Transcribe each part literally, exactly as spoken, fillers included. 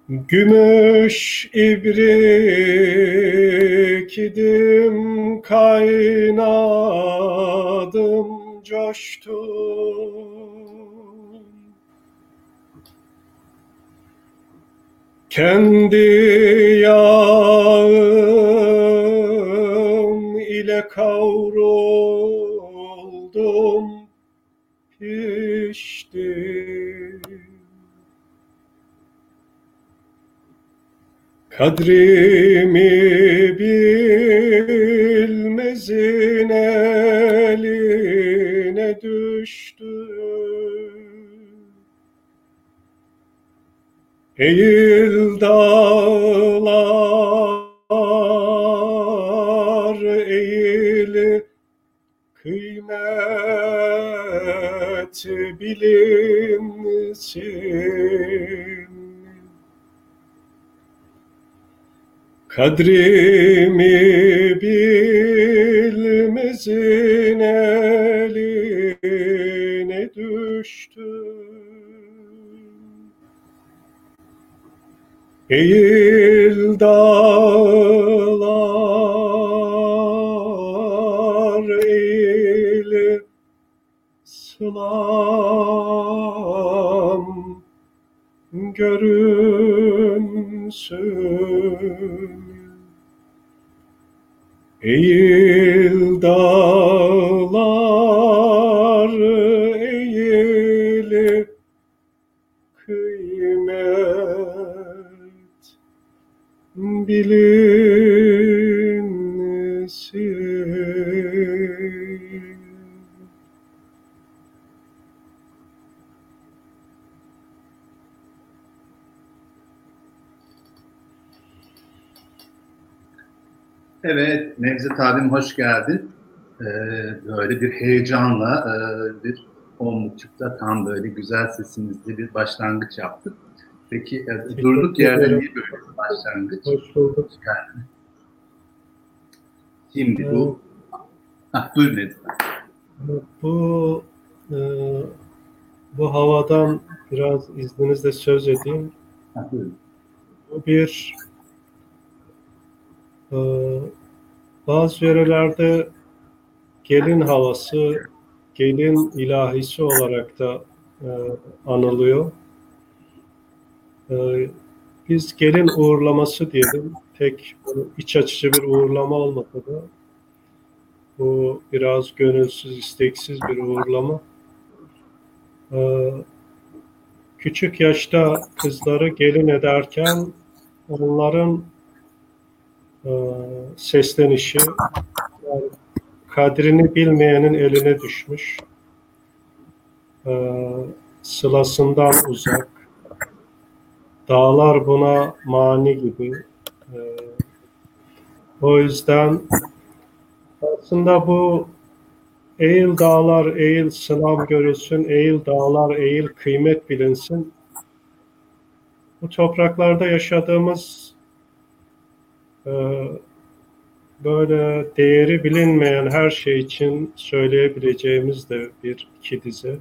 Gümüş ibrik idim, kaynadım, coştum. Kendi yağım ile kavruldum, piştim. Kadrimi bilmezin eline düştüm. Eğil dağlar, eğil, kıymet bilinsin. Kadrimi bilmezin eline düştüm. Eğil dağlar, eğil, sılam görünsün. Eğil dağlar, eğil, kıymet bilinsin. Evet, Nevzat abim hoş geldin. Ee, böyle bir heyecanla e, bir on buçukta tam böyle güzel sesimizle bir başlangıç yaptık. Peki e, durduk yerde niye böyle bir başlangıç? Hoş bulduk. Hoş geldin. Şimdi evet. bu... Hah, buyur Nevzat. Bu e, bu havadan biraz izninizle söz edeyim. Hah, buyurun. Bu bir e, bazı yörelerde gelin havası, gelin ilahisi olarak da e, anılıyor. E, biz gelin uğurlaması diyelim. Pek iç açıcı bir uğurlama olmasa da bu biraz gönülsüz, isteksiz bir uğurlama. E, küçük yaşta kızları gelin ederken onların e, seslenişi, yani kadrini bilmeyenin eline düşmüş, e, sılasından uzak, dağlar buna mani gibi. E, o yüzden aslında bu eğil dağlar, eğil, sılam görülsün, eğil dağlar, eğil, kıymet bilinsin. Bu topraklarda yaşadığımız e, böyle değeri bilinmeyen her şey için söyleyebileceğimiz de bir iki dize.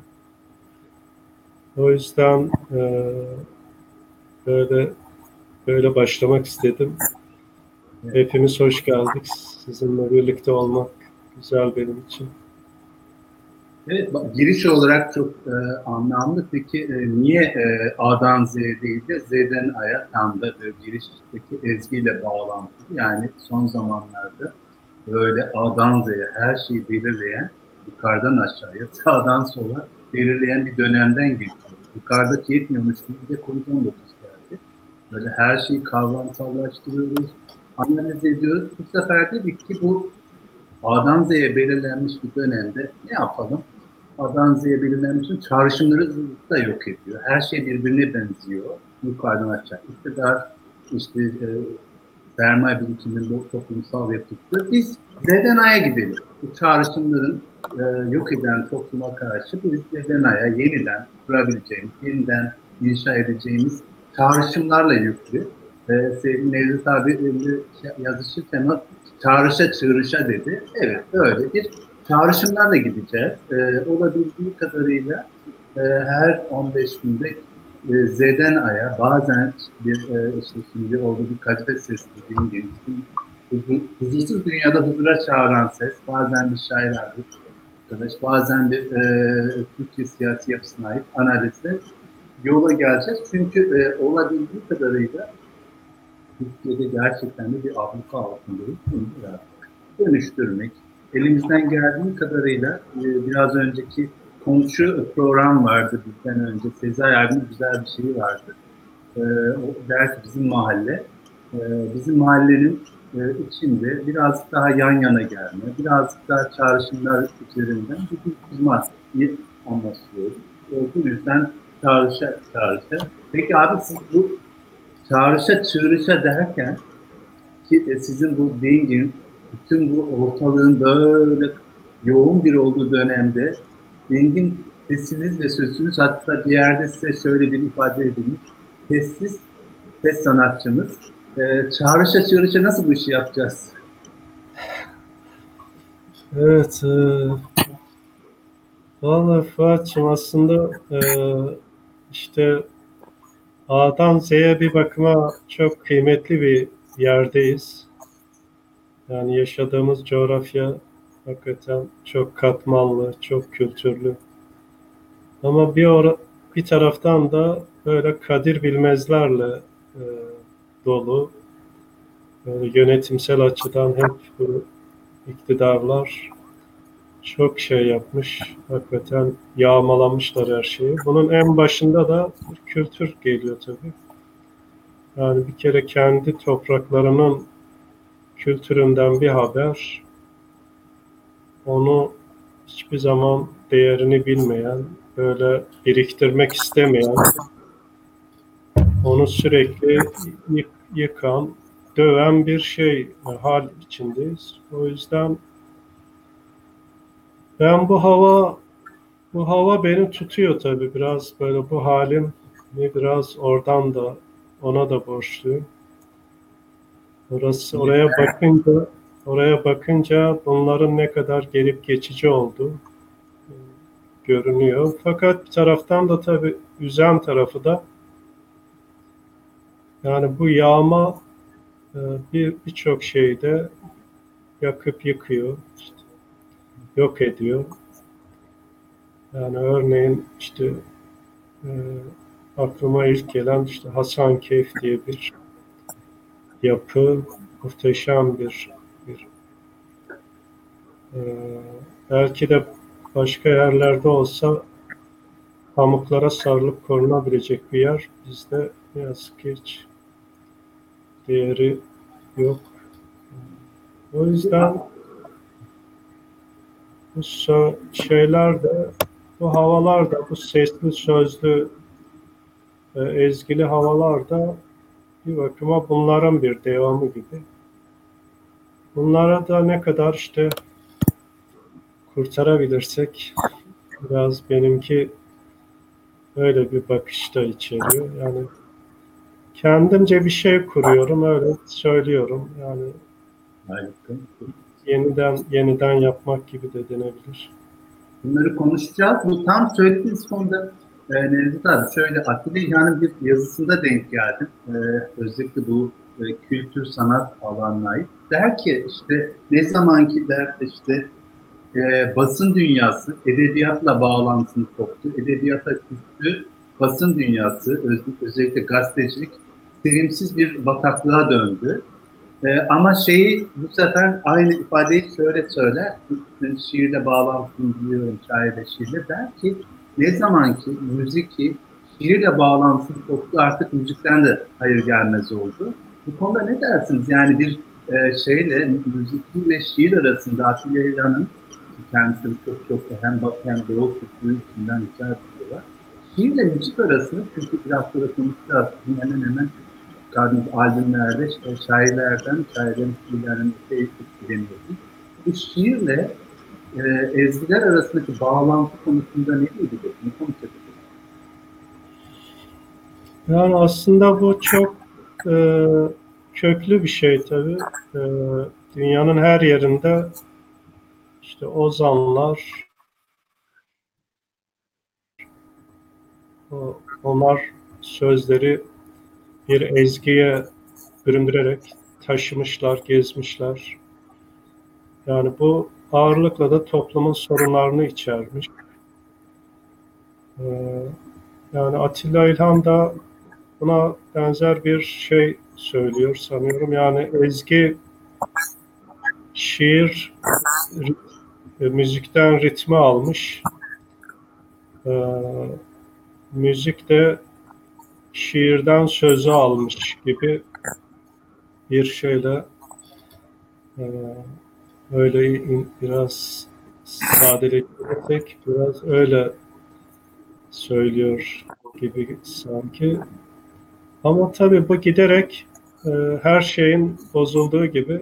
O yüzden e, böyle böyle başlamak istedim. Hepimiz hoş geldik. Sizinle birlikte olmak güzel benim için. Evet, giriş olarak çok e, anlamlı. Peki e, niye e, A'dan Z'ye değil de Z'den A'ya tam da e, girişteki ezgiyle bağlantılı? Yani son zamanlarda böyle A'dan Z'ye her şeyi belirleyen, yukarıdan aşağıya, sağdan sola belirleyen bir dönemden geçiyoruz. Yukarıdaki yetmiyormuş gibi de kovid on dokuz geldi. Böyle her şeyi kavramsallaştırıyoruz, analiz ediyoruz. Bu sefer dedik ki bu A'dan Z'ye belirlenmiş bir dönemde ne yapalım? A'dan Z'ye belirlenmiş çağrışımları da yok ediyor. Her şey birbirine benziyor. Yukarıdan aşağı. İktidar, işte e, sermaye birikiminin bu toplumsal yapısı. Biz Z'den A'ya gidelim. Bu çağrışımların e, yok eden topluma karşı biz Z'den A'ya yeniden kurabileceğimiz, yeniden inşa edeceğimiz çağrışımlarla yüklü. E, sevgili Nevzat abi yazışırken o çağrışa çığrışa dedi. Evet, öyle bir çağrışımlarla gideceğiz. E, olabildiği kadarıyla e, her on beş günde e, Z'den A'ya bazen bir e, işte şimdi olduğu bir kalite ses dediğim gibi huzur, huzursuz dünyada huzura çağıran ses, bazen bir şair abi, arkadaş, bazen bir e, Türkiye siyasi yapısına ait analizle yola geleceğiz. Çünkü e, olabildiği kadarıyla Türkiye'de gerçekten de bir abluka altındayız. Bunu biraz dönüştürmek, elimizden geldiği kadarıyla e, biraz önceki komşu program vardı bizden önce. Sezai abinin güzel bir şeyi vardı. E, o der ki bizim mahalle, e, bizim mahallenin e, içinde biraz daha yan yana gelme, biraz daha çağrışımlar üzerinden bir hizmetli anlaşılıyoruz. E, bu yüzden çağrışa çağrışa. Peki abi siz bu çağrışa çığrışa derken ki e, sizin bu dingin, bütün bu ortalığın böyle yoğun bir olduğu dönemde dingin sesiniz ve sözünüz, hatta bir yerde size şöyle bir ifade edilmiş. Sessiz ses sanatçımız. E, çağrışa çığrışa nasıl bu işi yapacağız? Evet, e, vallahi Fuat'cığım aslında e, işte A'dan Z'ye bir bakıma çok kıymetli bir yerdeyiz. Yani yaşadığımız coğrafya hakikaten çok katmanlı, çok kültürlü. Ama bir ora, bir taraftan da böyle kadir bilmezlerle e, dolu. Böyle yönetimsel açıdan hep bu iktidarlar çok şey yapmış. Hakikaten yağmalamışlar her şeyi. Bunun en başında da kültür geliyor tabii. Yani bir kere kendi topraklarının kültüründen bir haber, onu hiçbir zaman değerini bilmeyen, böyle biriktirmek istemeyen, onu sürekli yıkan, döven bir şey hal içindeyiz. O yüzden ben bu hava bu hava beni tutuyor tabii, biraz böyle bu halim biraz oradan da ona da borçluyum. Orası oraya bakınca oraya bakınca bunların ne kadar gelip geçici olduğu görünüyor. Fakat bir taraftan da tabii üzen tarafı da, yani bu yağma e, bir birçok şeyde yakıp yıkıyor, işte yok ediyor. Yani örneğin işte e, aklıma ilk gelen işte Hasankeyf diye bir yapı, muhteşem bir bir e, belki de başka yerlerde olsa pamuklara sarılıp korunabilecek bir yer. Bizde ne yazık ki hiç değeri yok. O yüzden bu şeyler de, bu havalar da, bu sesli sözlü e, ezgili havalar da bir bakıma bunların bir devamı gibi. Bunlara da ne kadar işte kurtarabilirsek, biraz benimki öyle bir bakışta içeriyor. Yani kendimce bir şey kuruyorum, öyle söylüyorum. Yani Harika. yeniden yeniden yapmak gibi de denebilir. Bunları konuşacağız. Bu tam söylediğiniz konuda e, Nevzat abi şöyle Atilla İlhan'ın bir yazısında denk geldim. E, özellikle bu e, kültür sanat alanına ait. Der ki işte ne zamanki der işte e, basın dünyası edebiyatla bağlantısını koptu. Edebiyata küstü. Basın dünyası öz, özellikle gazetecilik sevimsiz bir bataklığa döndü. Ee, ama şeyi bu sefer aynı ifadeyi şöyle söyler, şiirle bağlantısını biliyorum, şairle şiirle, der ki ne zaman ki müzik şiirle bağlantısı koptu, artık müzikten de hayır gelmez oldu. Bu konuda ne dersiniz? Yani bir e, şeyle, müzikle şiir arasında Atilla İlhan'ın, kendisi çok çok hem Batı hem Doğu kültürü içinden güzel bir şey var. Şiirle müzik arasında, çünkü biraz sonra konuşacağız, hemen hemen çıkardığımız albümlerde işte şairlerden, şairlerin şiirlerinin etkileniyoruz. Bu şiirle e, ezgiler arasındaki bağlantı konusunda ne diyebiliriz? Ne konuşabiliriz? Yani aslında bu çok e, köklü bir şey tabii. E, dünyanın her yerinde işte ozanlar, o, onlar sözleri bir ezgiye büründürerek taşımışlar, gezmişler. Yani bu ağırlıkla da toplumun sorunlarını içermiş. Ee, yani Atilla İlhan da buna benzer bir şey söylüyor sanıyorum. Yani ezgi, şiir, e, müzikten ritmi almış. Ee, müzik de şiirden sözü almış gibi bir şeyle e, öyle biraz sadeleştirirsek biraz öyle söylüyor gibi sanki. Ama tabii bu giderek e, her şeyin bozulduğu gibi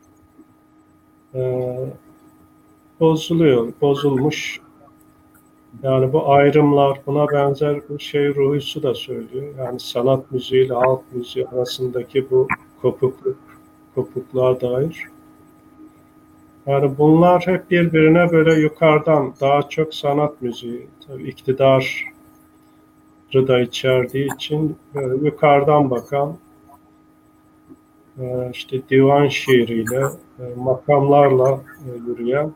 e, bozuluyor, bozulmuş. Yani bu ayrımlar, buna benzer bir şey Ruhuysu da söylüyor. Yani sanat müziği ile halk müziği arasındaki bu kopukluk, kopukluğa dair. Yani bunlar hep birbirine böyle yukarıdan, daha çok sanat müziği, tabii iktidarı da içerdiği için böyle yukarıdan bakan, e, işte divan şiiriyle, e, makamlarla e, yürüyen,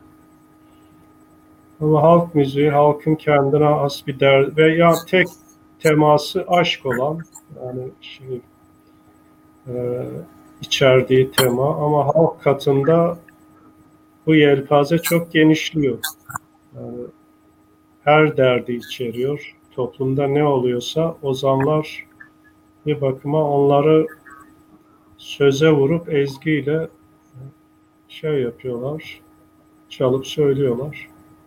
ama halk müziği, halkın kendine has bir derdi veya tek teması aşk olan, yani şey, e, içerdiği tema, ama halk katında bu yelpaze çok genişliyor. Yani her derdi içeriyor. Toplumda ne oluyorsa ozanlar bir bakıma onları söze vurup ezgiyle şey yapıyorlar, çalıp söylüyorlar.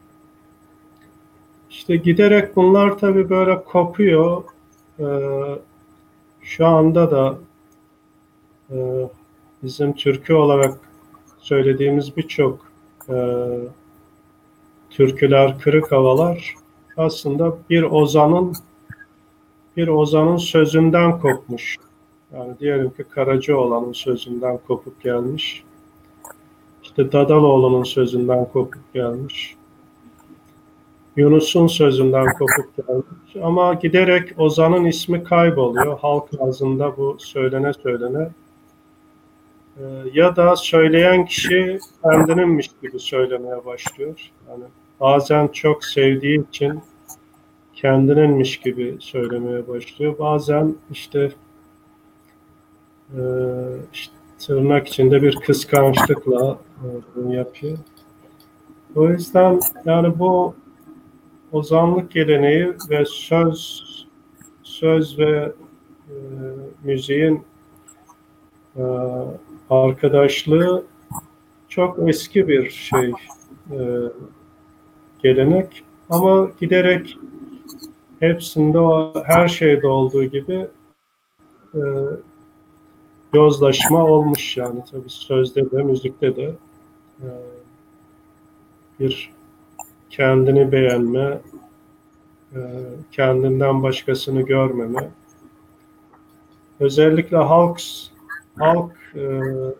İşte giderek bunlar tabii böyle kopuyor. Ee, şu anda da e, bizim türkü olarak söylediğimiz birçok e, türküler, kırık havalar aslında bir ozanın bir ozanın sözünden kopmuş. Yani diyelim ki Karacaoğlan'ın sözünden kopup gelmiş. İşte Dadaloğlu'nun sözünden kopup gelmiş. Yunus'un sözünden kopup gelmiş. Ama giderek ozanın ismi kayboluyor. Halk ağzında bu söylene söylene. Ee, ya da söyleyen kişi kendininmiş gibi söylemeye başlıyor. Yani bazen çok sevdiği için kendininmiş gibi söylemeye başlıyor. Bazen işte, e, işte tırnak içinde bir kıskançlıkla e, bunu yapıyor. O yüzden yani bu ozanlık geleneği ve söz söz ve e, müziğin e, arkadaşlığı çok eski bir şey, e, gelenek, ama giderek hepsinde o, her şeyde olduğu gibi e, yozlaşma olmuş. Yani tabii sözde de müzikte de e, bir kendini beğenme, e, kendinden başkasını görmeme, özellikle halk halk e,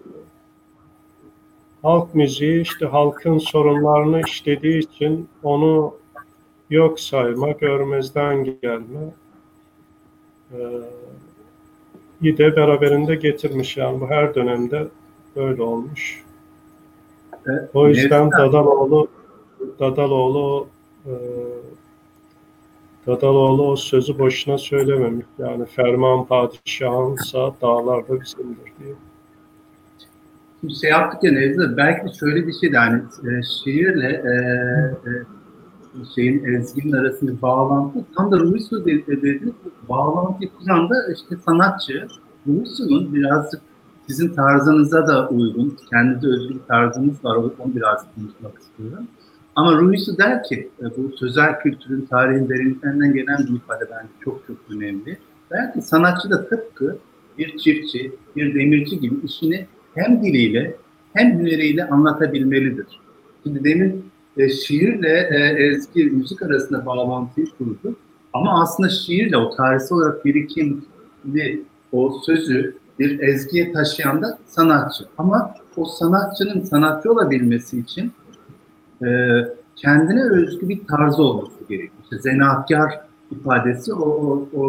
halk müziği işte halkın sorunlarını işlediği için onu yok sayma, görmezden gelme e, iyi de beraberinde getirmiş. Yani bu her dönemde böyle olmuş. Evet, O yüzden Nevzat, Dadaloğlu Dadaloğlu e, Dadaloğlu o sözü boşuna söylememiş. Yani ferman padişahınsa dağlar da bizimdir diye. şimdi şey yaptık ya Nevzat, belki de şöyle bir şey de hani e, şiirle e, e, şeyin ezginin arasındaki bağlantı tam da Ruhuysu dedi. Bağlantıyı kuran da işte sanatçı. Ruhuysu'nun birazcık sizin tarzınıza da uygun, kendinize özgü bir tarzınız var. Onu biraz konuşmak istiyorum. Ama Ruhuysu der ki bu sözel kültürün tarihin derinliklerinden gelen bir ifade bence çok çok önemli. Der ki sanatçı da tıpkı bir çiftçi, bir demirci gibi işini hem diliyle hem hüneriyle anlatabilmelidir. Şimdi demin e, şiirle e, ezgi, müzik arasında bağlantıyı kurdu. Ama aslında şiirle o tarihsel olarak birikimli o sözü bir ezgiye taşıyan da sanatçı. Ama o sanatçının sanatçı olabilmesi için e, kendine özgü bir tarzı olması gerekiyor. İşte zanaatkar ifadesi o, o, orada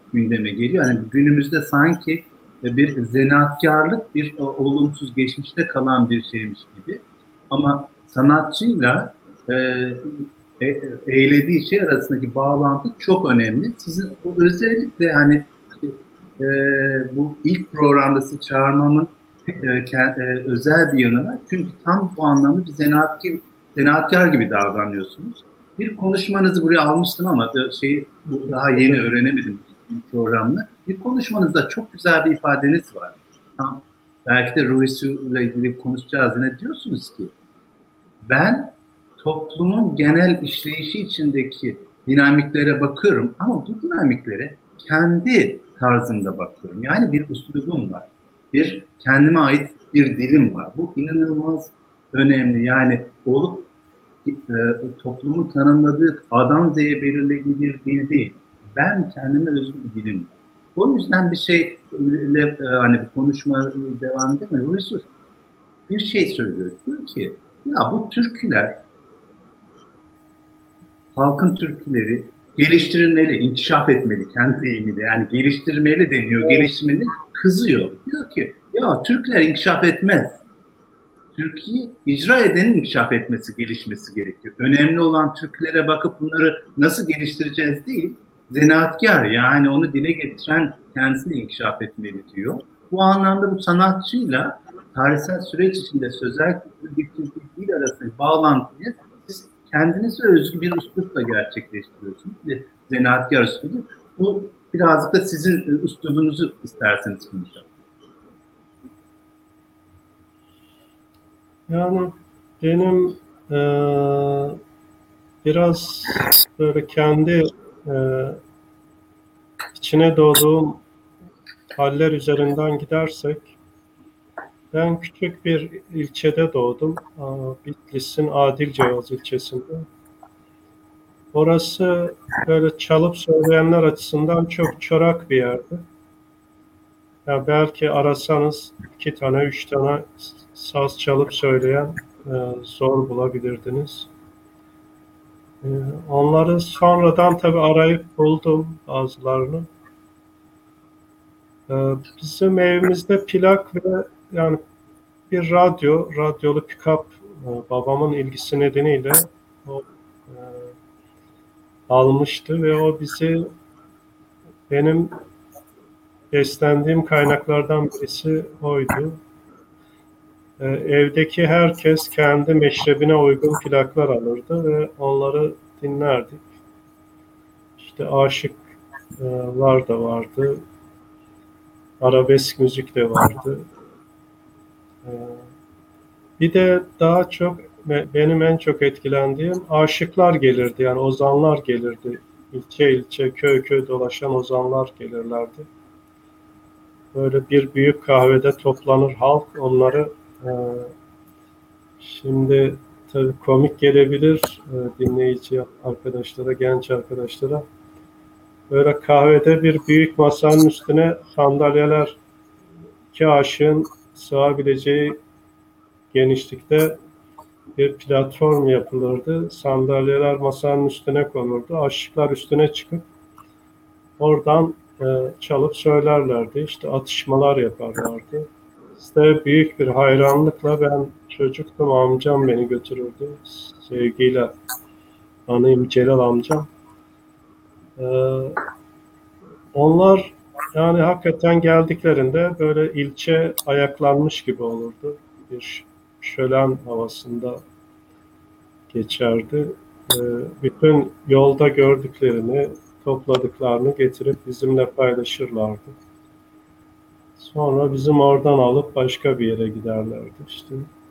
gündeme geliyor. Yani günümüzde sanki bir zanaatkarlık bir olumsuz geçmişte kalan bir şeymiş gibi. Ama sanatçıyla e, e, eylediği şey arasındaki bağlantı çok önemli. Sizin bu özellikle hani e, bu ilk programda sizi çağırmamın e, ke- e, özel bir yanı var. Çünkü tam bu anlamda bir zanaatkar, zanaatkar gibi davranıyorsunuz. Bir konuşmanızı buraya almıştım ama da şey bu daha yeni öğrenemedim programda. Bir konuşmanızda çok güzel bir ifadeniz var. Tam, belki de Ruizu ile ilgili konuşacağız. Ne diyorsunuz ki? Ben toplumun genel işleyişi içindeki dinamiklere bakıyorum ama bu dinamiklere kendi tarzımda bakıyorum. Yani bir üslubum var. Bir kendime ait bir dilim var. Bu inanılmaz önemli. Yani olup e, toplumun tanımladığı A'dan Z'ye belirlediği bir dil değil. Ben kendime özgü bir dilim var. O yüzden bir şey e, hani bir konuşma devam edemiyor. Bir şey söylüyor. Diyor ki ya bu türküler halkın türküleri geliştirilmeli, inkişaf etmeli kendi deyimiyle. Yani geliştirmeli deniyor, gelişmeli kızıyor. Diyor ki ya Türkler inkişaf etmez. Türkiye icra edenin inkişaf etmesi, gelişmesi gerekiyor. Önemli olan Türklere bakıp bunları nasıl geliştireceğiz değil, zanaatkar yani onu dile getiren kendisini inkişaf etmeli diyor. Bu anlamda bu sanatçıyla tarihsel süreç içinde sözel kültür, dil arasındaki bağlantıyı siz kendinize özgü bir üslupla gerçekleştiriyorsunuz. Bir zanaatkar üslubu. Bu birazcık da sizin üslubunuzu isterseniz konuşalım. Yani benim e, biraz böyle kendi e, içine doğduğum haller üzerinden gidersek, ben küçük bir ilçede doğdum. Aa, Bitlis'in Adilcevaz ilçesinde. Orası böyle çalıp söyleyenler açısından çok çorak bir yerdi. Ya belki arasanız iki tane, üç tane saz çalıp söyleyen e, zor bulabilirdiniz. E, onları sonradan tabii arayıp buldum bazılarını. E, bizim evimizde plak ve yani bir radyo, radyolu pick-up e, babamın ilgisi nedeniyle o e, almıştı ve o bizi benim beslendiğim kaynaklardan birisi oydu. E, evdeki herkes kendi meşrebine uygun plaklar alırdı ve onları dinlerdik. İşte aşıklar da vardı, arabesk müzik de vardı. E, bir de daha çok benim en çok etkilendiğim aşıklar gelirdi, yani ozanlar gelirdi. İlçe ilçe, köy köy dolaşan ozanlar gelirlerdi. Böyle bir büyük kahvede toplanır halk, onları e, şimdi tabii komik gelebilir e, dinleyici arkadaşlara, genç arkadaşlara. Böyle kahvede bir büyük masanın üstüne sandalyeler, iki aşığın sığabileceği genişlikte bir platform yapılırdı. Sandalyeler masanın üstüne konurdu. Aşıklar üstüne çıkıp oradan e, çalıp söylerlerdi. İşte atışmalar yaparlardı. İşte büyük bir hayranlıkla, ben çocuktum, amcam beni götürürdü. Sevgiyle anayım, Celal amcam. Ee, onlar yani hakikaten geldiklerinde böyle ilçe ayaklanmış gibi olurdu. Bir şölen havasında geçerdi. Ee, bütün yolda gördüklerini, topladıklarını getirip bizimle paylaşırlardı. Sonra bizim oradan alıp başka bir yere giderlerdi işte.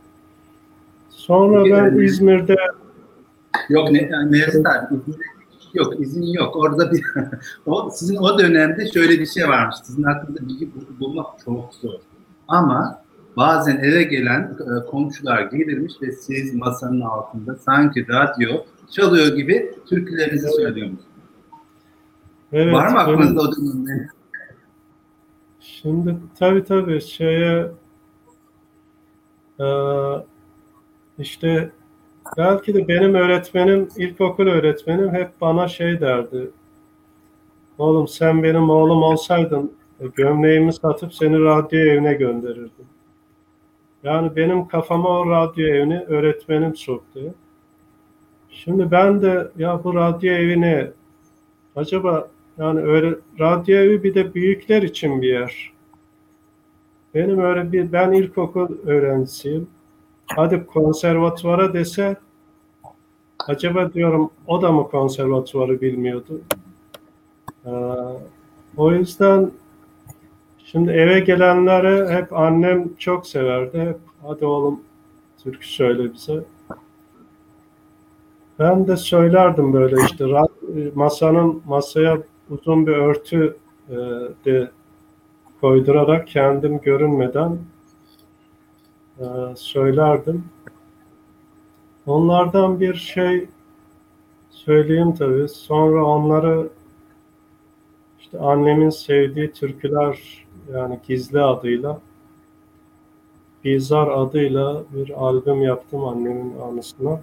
Sonra ben İzmir'de yok ne yani Nevzat abi izin yok izin yok orada bir o sizin o dönemde şöyle bir şey varmış sizin hakkında bilgi bulmak çok zor ama bazen eve gelen e, komşular gelirmiş ve siz masanın altında sanki radyo çalıyor gibi türkülerinizi söylüyormuş. Var evet, mı aklınızda benim o dönemde? şimdi tabii tabii şeye e, işte belki de benim öğretmenim, ilkokul öğretmenim hep bana şey derdi. Oğlum sen benim oğlum olsaydın gömleğimi satıp seni radyo evine gönderirdim. Yani benim kafama o radyo evini öğretmenim soktu. Şimdi ben de ya bu radyo evine acaba yani öyle radyo evi bir de büyükler için bir yer. Benim öyle bir ben ilkokul öğrencisiyim. Hadi konservatuvara dese acaba diyorum o da mı konservatuvarı bilmiyordu? Ee, o yüzden şimdi eve gelenleri hep annem çok severdi. Hep hadi oğlum türkü söyle bize. Ben de söylerdim böyle işte masanın masaya uzun bir örtü e, de koydurarak kendim görünmeden e, söylerdim. Onlardan bir şey söyleyeyim tabii. Sonra onları işte annemin sevdiği türküler yani gizli adıyla Bizar adıyla bir albüm yaptım annemin anısına.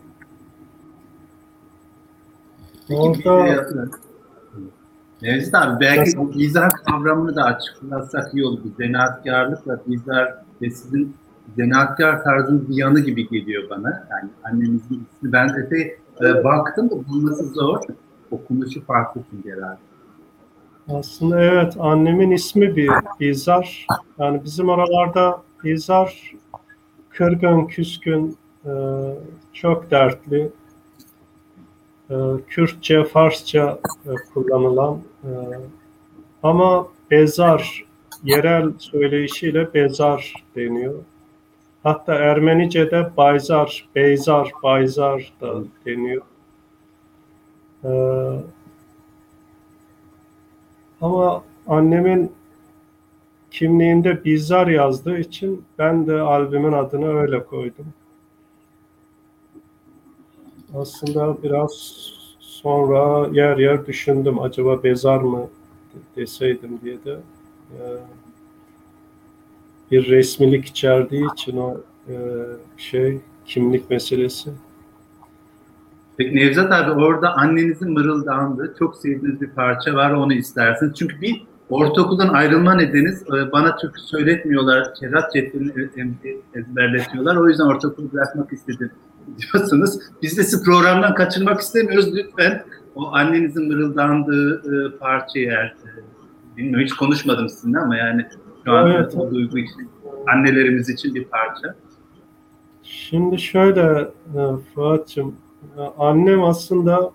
Peki Orada bir Nevzat abi belki bu bizar kavramını da açıklasak iyi olur. Bir zanaatkarlıkla bizar ve sizin zanaatkar tarzının bir yanı gibi geliyor bana. Yani annemizin ismi ben epey e, baktım da bulması zor. Okunuşu farklı çünkü herhalde. aslında evet annemin ismi bir Bizar. Yani bizim oralarda Bizar kırgın, küskün, e, çok dertli, e, Kürtçe, Farsça e, kullanılan e, ama Bezar, yerel söyleyişiyle Bezar deniyor. Hatta Ermenice'de Bayzar, Beyzar, Bayzar da deniyor. E, ama annemin kimliğinde Bizar yazdığı için ben de albümün adını öyle koydum. Aslında biraz sonra yer yer düşündüm acaba Bezar mı deseydim diye de e, bir resmilik içerdiği için o e, şey kimlik meselesi. Peki Nevzat abi orada annenizin mırıldandığı çok sevdiğiniz bir parça var onu istersiniz. Çünkü bir ortaokuldan ayrılma nedeniniz e, bana türkü söyletmiyorlar, kerat cetvelini ezberletiyorlar. O yüzden ortaokulu bırakmak istedim diyorsunuz. Biz de sizi programdan kaçırmak istemiyoruz. Lütfen o annenizin mırıldandığı e, parçayı eğer e, bilmiyorum hiç konuşmadım sizinle ama yani şu an Evet, e, o duygu için annelerimiz için bir parça. şimdi şöyle e, Fuat'cığım, e, annem aslında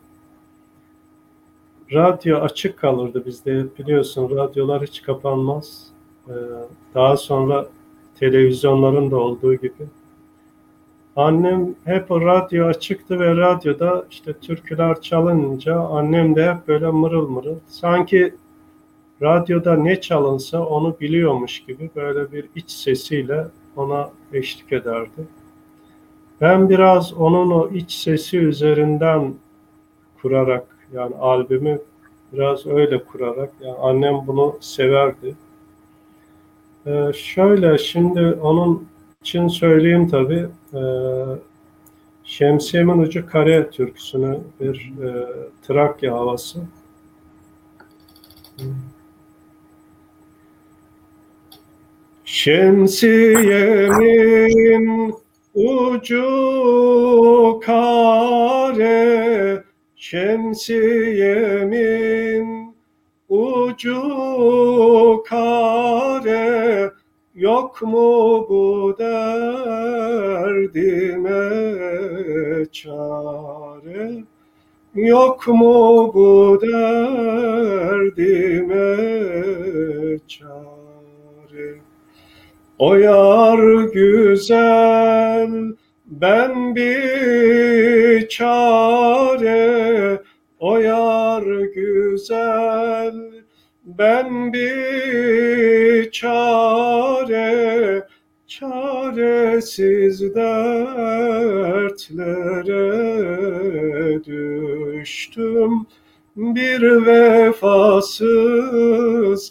radyo açık kalırdı bizde biliyorsun radyolar hiç kapanmaz. E, daha sonra televizyonların da olduğu gibi. Annem hep radyo açıktı ve radyoda işte türküler çalınınca annem de hep böyle mırıl mırıl. Sanki radyoda ne çalınsa onu biliyormuş gibi böyle bir iç sesiyle ona eşlik ederdi. Ben biraz onun o iç sesi üzerinden kurarak yani albümü biraz öyle kurarak yani annem bunu severdi. Ee, şöyle şimdi onun için söyleyeyim tabii. Ee, Şemsiyemin Ucu Kare türküsünü bir e, Trakya havası. Şemsiyemin ucu kare, şemsiyemin ucu kare, yok mu bu derdime çare? Yok mu bu derdime çare? O yar güzel, ben bir çare. O yar güzel, ben bir çare. Çaresiz dertlere düştüm, bir vefasız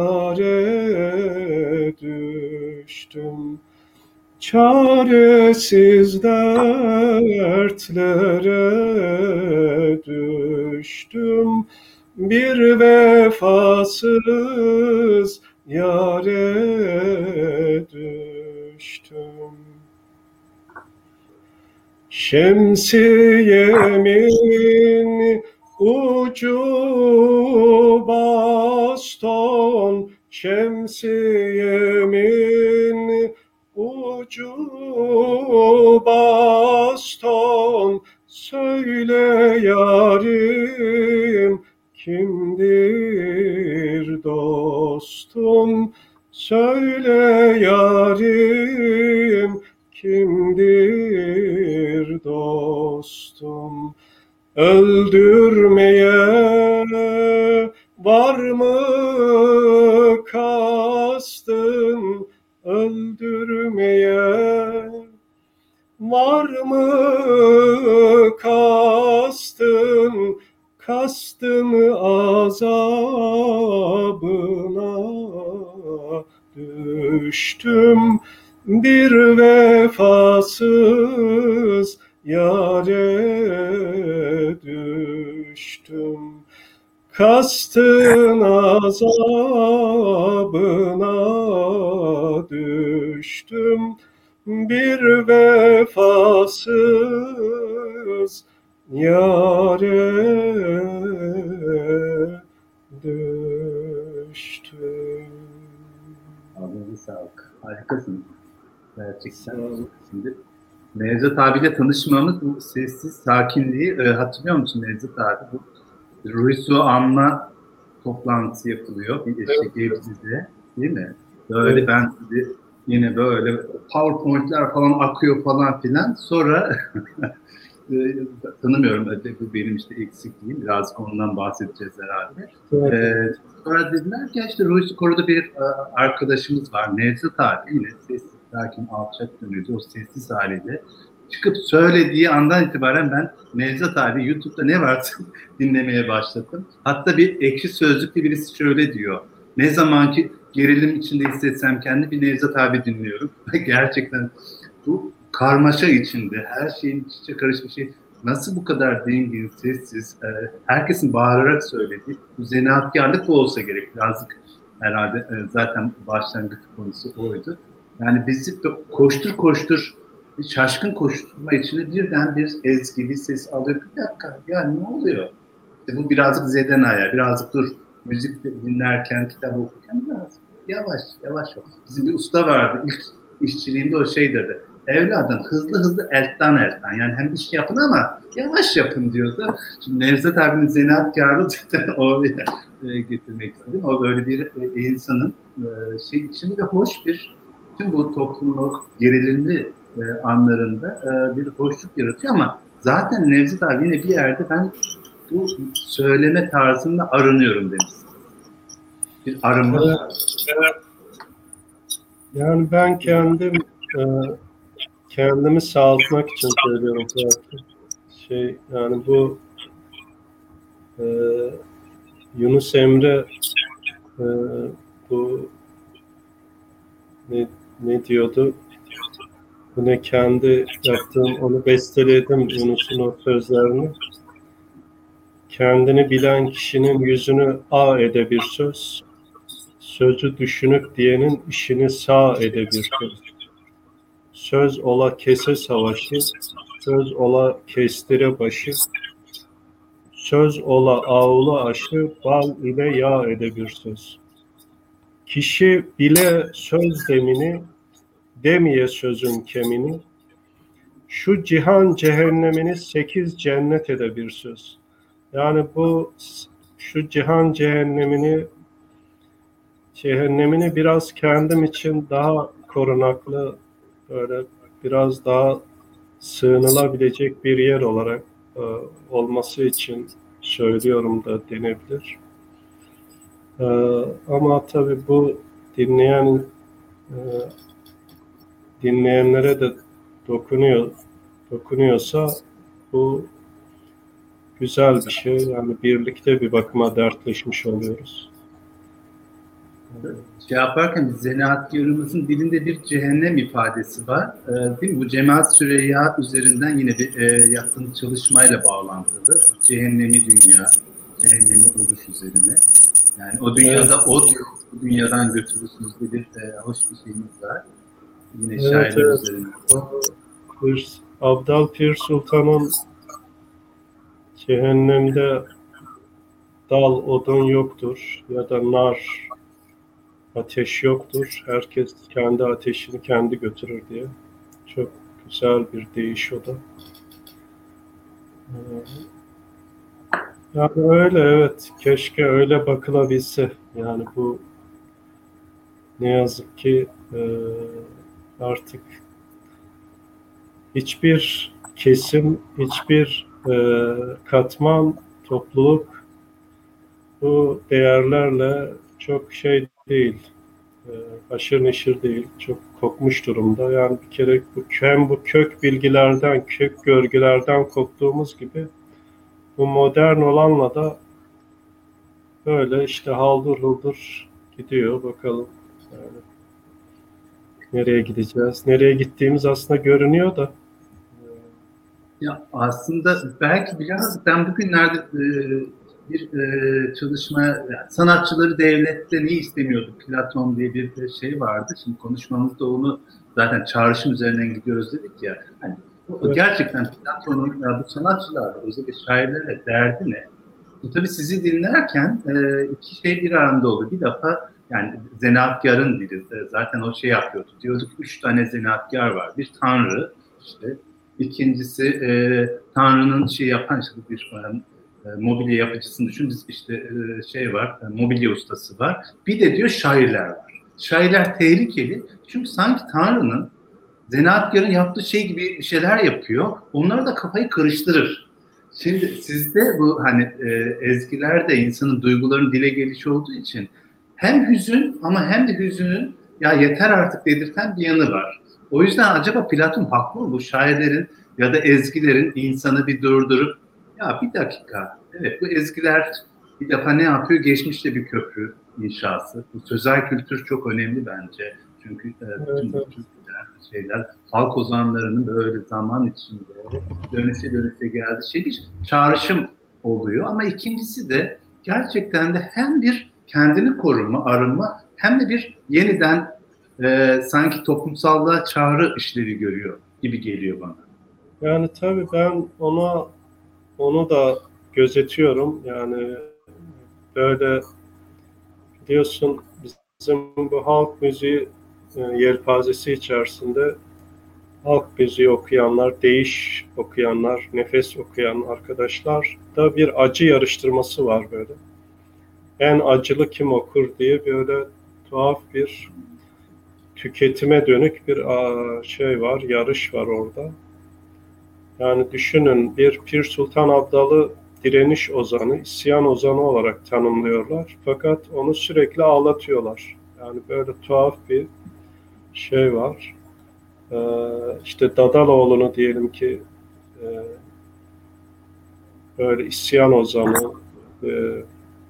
yâre düştüm. Çaresiz dertlere düştüm, bir vefasız yâre düştüm. Şemsiyemin ucu baston, şemsiyemin ucu baston, söyle yarim kimdir dostum, söyle yarim kimdir dostum. Öldürmeye var mı kastın, öldürmeye var mı kastın, kastın azabına düştüm, bir vefasız yâre düştüm. Kastın azabına düştüm, bir vefasız yâre düştüm. Ağzınıza sağlık. Harikasın. Gerçekten. Şimdi Nevzat abiyle tanışmamız, bu sessiz sakinliği e, hatırlıyor musun Nevzat abi? Bu Ruisu anma toplantısı yapılıyor bir eşek evcide, değil mi? Böyle evet. Ben de yine böyle PowerPoint'ler falan akıyor falan filan. Sonra tanımıyorum, bu benim işte eksikliğim. Birazcık ondan bahsedeceğiz herhalde. Evet. Ee, sonra dediler ki işte Ruisu Koro'da bir arkadaşımız var. Nevzat abi yine sessiz, sakin, alçak gönüllü, o sessiz haliyle çıkıp söylediği andan itibaren ben Nevzat abi YouTube'da ne varsa dinlemeye başladım. Hatta bir Ekşi Sözlük'te birisi şöyle diyor. Ne zaman ki gerilim içinde hissetsem kendi bir Nevzat abi dinliyorum. Gerçekten bu karmaşa içinde, her şeyin iç içe karışmış şey nasıl bu kadar dingin, sessiz, e, herkesin bağırarak söylediği, bu zanaatkarlık da olsa gerek. Birazcık herhalde e, zaten başlangıç konusu oydu. Yani bizi koştur koştur, şaşkın koşturma içinde birden bir ezgi, bir ses alıyor. Bir dakika, ya ne oluyor? İşte bu birazcık Zedena'ya, birazcık dur, müzik dinlerken, kitap okurken biraz yavaş, yavaş ol. Bizim bir usta vardı, ilk işçiliğinde o şey dedi. Evladım hızlı hızlı eltten eltten. Yani hem bir şey yapın ama yavaş yapın diyordu. Şimdi Nevzat abinin zanaatkarlığı zaten oraya e, getirmek istedim. O böyle bir e, insanın e, şey içinde hoş bir, tüm bu toplumun gerilimli e, anlarında e, bir hoşluk yaratıyor ama zaten Nevzat abi yine bir yerde ben bu söyleme tarzında arınıyorum demiş. Bir arınma evet, evet. Yani ben kendim e, kendimi sağaltmak için söylüyorum zaten. Şey yani bu e, Yunus Emre e, bu ne, ne diyordu? Bu ne kendi yaptığım, onu besteledim Yunus'un o sözlerini. Kendini bilen kişinin yüzünü a ede bir söz, sözü düşünüp diyenin işini sağ ede bir söz. Söz ola kese savaşı, söz ola kestire başı, söz ola ağula aşı, bal ile yağ ede bir söz. Kişi bile söz demini, demeye sözün kemini, şu cihan cehennemini sekiz cennet ede bir söz. Yani bu şu cihan cehennemini cehennemini biraz kendim için daha korunaklı, böyle biraz daha sığınılabilecek bir yer olarak e, olması için söylüyorum da denebilir. E, ama tabii bu dinleyen e, dinleyenlere de dokunuyor dokunuyorsa bu güzel bir şey. Yani birlikte bir bakıma dertleşmiş oluyoruz. Şey yaparken zanaatkarımızın dilinde bir cehennem ifadesi var. Ee, değil mi? Bu Cemal Süreyya üzerinden yine bir e, yaptığımız çalışmayla bağlantılı. Cehennemi dünya. cehennemi oluş üzerine. Yani o dünyada evet. Ot yok, bu dünyadan götürürsünüz bir e, hoş bir şeyimiz var. Yine evet, şairler evet. üzerine. Pir, Abdal Pir Sultan'ın cehennemde dal, odun yoktur ya da nar, ateş yoktur. Herkes kendi ateşini kendi götürür diye. Çok güzel bir deyiş o da. Yani öyle evet. Keşke öyle bakılabilse. Yani bu ne yazık ki e, artık hiçbir kesim, hiçbir e, katman, topluluk bu değerlerle çok şey değil, e, aşırı neşir değil, çok kopmuş durumda. Yani bir kere bu, hem bu kök bilgilerden, kök görgülerden koptuğumuz gibi bu modern olanla da böyle işte haldır huldur gidiyor bakalım. Yani nereye gideceğiz? Nereye gittiğimiz aslında görünüyor da. Ya aslında belki biraz ben bugünlerde e, bir e, çalışma, yani sanatçıları devlette ne istemiyordu? Platon diye bir şey vardı. Şimdi konuşmamızda onu zaten çağrışım üzerinden gidiyoruz dedik ya. Hani o gerçekten Platon'un ya bu sanatçılarla, özellikle şairlerle derdi ne? Bu tabii sizi dinlerken e, iki şey bir aranda oldu. Bir defa yani zanaatkarın dili zaten o şey yapıyordu. Diyorduk üç tane zanaatkar var. Bir tanrı işte. İkincisi e, Tanrı'nın şey yapan işte bir e, mobilya yapıcısını düşün. Biz işte e, şey var, e, mobilya ustası var. Bir de diyor şairler var. Şairler tehlikeli. Çünkü sanki Tanrı'nın zanaatkarın yaptığı şey gibi bir şeyler yapıyor. Onları da kafayı karıştırır. Şimdi sizde bu hani e, ezgilerde insanın duygularının dile gelişi olduğu için hem hüzün ama hem de hüzünün ya yeter artık dedirten bir yanı var. O yüzden acaba Platon haklı mı bu şairlerin ya da ezgilerin insanı bir durdurup ya bir dakika evet bu ezgiler bir defa ne yapıyor? Geçmişte bir köprü inşası. Bu sözel kültür çok önemli bence. Çünkü e, bütün bu şeyler halk ozanlarının böyle zaman içinde dönese dönese geldiği şey bir çağrışım oluyor. Ama ikincisi de gerçekten de hem bir kendini koruma, arınma hem de bir yeniden e, sanki toplumsallığa çağrı işlevi görüyor gibi geliyor bana. Yani tabii ben ona onu da gözetiyorum. Yani böyle biliyorsun bizim bu halk müziği e, yelpazesi içerisinde halk müziği okuyanlar, değiş okuyanlar, nefes okuyan arkadaşlar da bir acı yarıştırması var böyle. En acılı kim okur diye böyle tuhaf bir tüketime dönük bir şey var, yarış var orada. Yani düşünün bir Pir Sultan Abdal'ı direniş ozanı, isyan ozanı olarak tanımlıyorlar. Fakat onu sürekli ağlatıyorlar. Yani böyle tuhaf bir şey var. Ee, işte Dadaloğlu'nu diyelim ki e, böyle isyan ozanı, e,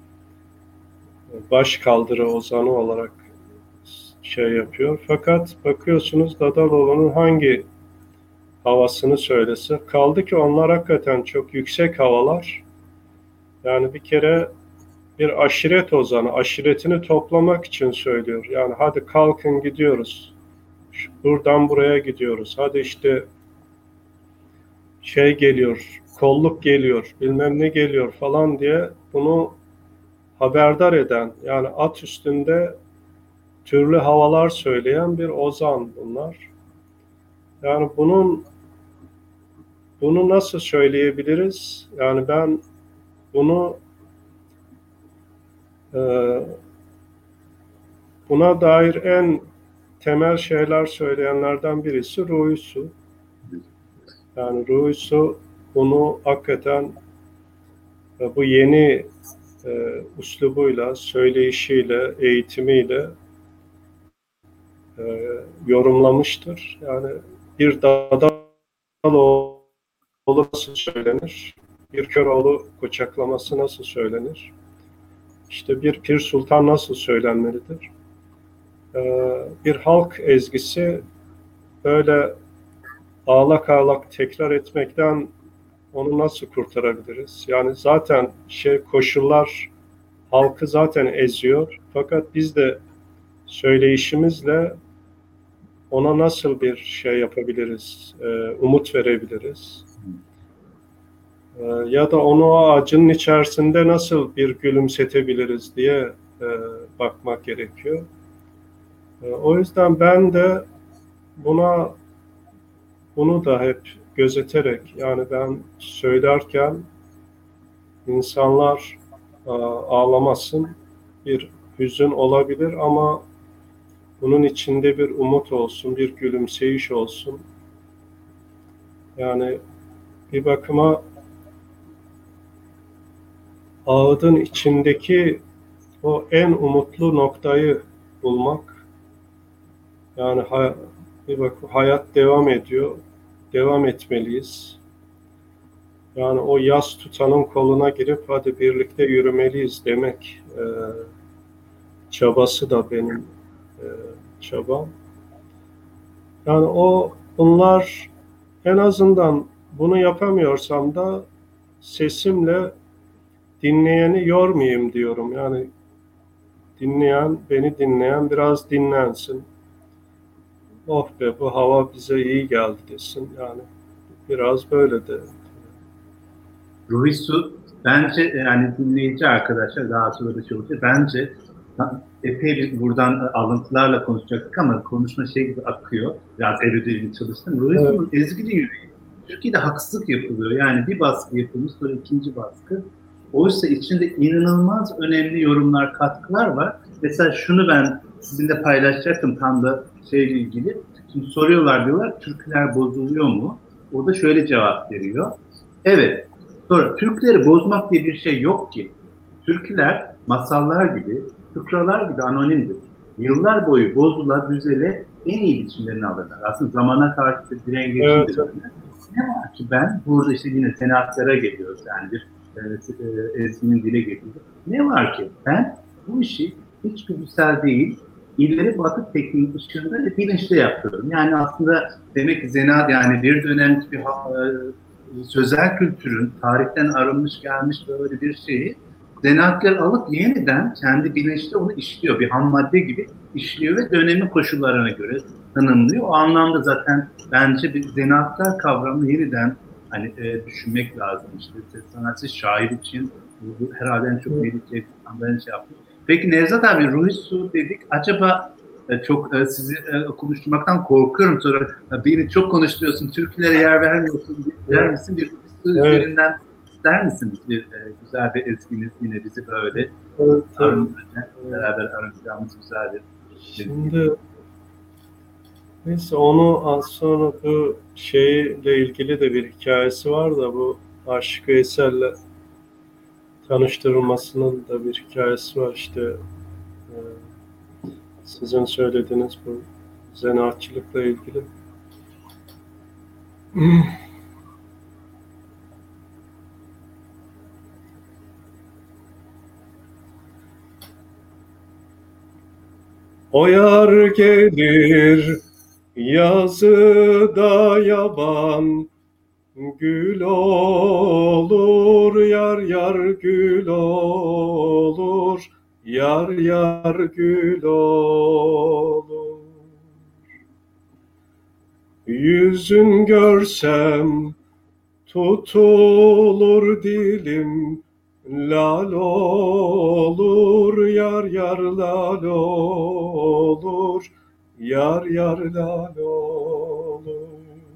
baş kaldırı ozanı olarak şey yapıyor. Fakat bakıyorsunuz Dadaloğlu'nun hangi havasını söylese, kaldı ki onlar hakikaten çok yüksek havalar. Yani bir kere bir aşiret ozanı, aşiretini toplamak için söylüyor. Yani hadi kalkın gidiyoruz. Buradan buraya gidiyoruz. Hadi işte şey geliyor, kolluk geliyor, bilmem ne geliyor falan diye bunu haberdar eden, yani at üstünde türlü havalar söyleyen bir ozan bunlar. Yani bunun bunu nasıl söyleyebiliriz? Yani ben bunu e, buna dair en temel şeyler söyleyenlerden birisi Ruhi. Yani Ruhi bunu hakikaten e, bu yeni e, üslubuyla, söyleyişiyle, eğitimiyle e, yorumlamıştır. Yani bir Dadaloğlu nasıl söylenir? Bir Köroğlu koçaklaması nasıl söylenir? İşte bir Pir Sultan nasıl söylenmelidir? E, bir halk ezgisi böyle ağlak ağlak tekrar etmekten onu nasıl kurtarabiliriz? Yani zaten şey koşullar halkı zaten eziyor. Fakat biz de söyleyişimizle ona nasıl bir şey yapabiliriz, e, umut verebiliriz? E, ya da onu o acının içerisinde nasıl bir gülümsetebiliriz diye e, bakmak gerekiyor. E, o yüzden ben de buna bunu da hep gözeterek, yani ben söylerken insanlar e, ağlamasın, bir hüzün olabilir ama bunun içinde bir umut olsun, bir gülümseyiş olsun. Yani bir bakıma ağıdın içindeki o en umutlu noktayı bulmak. Yani hay- bir bak hayat devam ediyor, devam etmeliyiz. Yani o yas tutanın koluna girip hadi birlikte yürümeliyiz demek e, çabası da benim e, çabam. Yani o bunlar en azından bunu yapamıyorsam da sesimle dinleyeni yormayayım diyorum. Yani dinleyen, beni dinleyen biraz dinlensin. Oh be bu hava bize iyi geldi desin. Yani biraz böyle de. Ruhi Su bence yani dinleyici arkadaşlar daha sonra da çalışıyor. Bence epey bir buradan alıntılarla konuşacaktık ama konuşma şey gibi akıyor. Biraz erudiyle çalıştım. Ruhi Evet, Su'nun ezgili yüreği. Türkiye'de haksızlık yapılıyor. Yani bir baskı yapılmış sonra ikinci baskı. Oysa içinde inanılmaz önemli yorumlar, katkılar var. Mesela şunu ben sizinle paylaşacaktım tam da şeyle ilgili. Şimdi soruyorlar diyorlar türküler bozuluyor mu? O da şöyle cevap veriyor. Evet. Sonra Türkleri bozmak diye bir şey yok ki. Türküler masallar gibi, fıkralar gibi anonimdir. Yıllar boyu bozula, düzele en iyi biçimlerini alırlar. Aslında zamana karşı bir evet, direngeçlidir. Ne var ki ben burada işte yine senatlere geliyoruz yani bir e, e, Ezgi'nin dile getirdi. Ne var ki ben bu işi hiç güdüsel değil, ileri batı tekniği dışında ve bilinçli yapıyorum. Yani aslında demek ki zanaat yani bir dönem bir e, sözel kültürün tarihten arınmış gelmiş böyle bir şeyi zanaatkar alıp yeniden kendi bilinçli onu işliyor. Bir ham madde gibi işliyor ve dönemin koşullarına göre tanımlıyor. O anlamda zaten bence bir zanaatkar kavramını yeniden hani e, düşünmek lazım. İşte sanatçı şair için bu, bu herhalde en çok evet. Melih Cevdet'ten şey yapmış. Peki Nevzat abi Ruhi Su dedik. Acaba e, çok e, sizi e, konuşturmaktan korkuyorum. Sonra e, beni çok konuşturuyorsun, türkülere yer vermiyorsun der Evet, misin? Bir Ruhi Su evet, üzerinden ister misiniz? Bir e, güzel bir ezginiz yine bizi böyle evet, tabii. arındıracak, Evet. beraber arınacağımız güzel bir ezgi. Şimdi neyse onu az sonra bu şeyle ilgili de bir hikayesi var da bu Aşık Veysel'le tanıştırılmasının da bir hikayesi var işte e, sizin söylediğiniz bu zanaatçılıkla ilgili. O yar gelir yazıda yaban, gül olur yar yar gül olur, yar yar gül olur. Yüzün görsem tutulur dilim, lal olur yar yar lal olur, yar yar lal olur.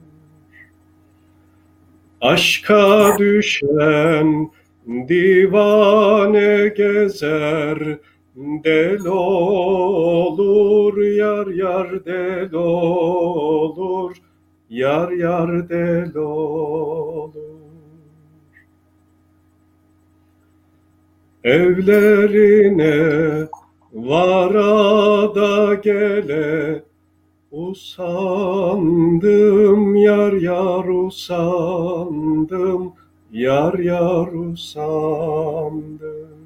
Aşka düşen divane gezer, del olur yar yar del olur, yar yar del olur. Evlerine varada gele, usandım yar yar usandım, yar yar usandım.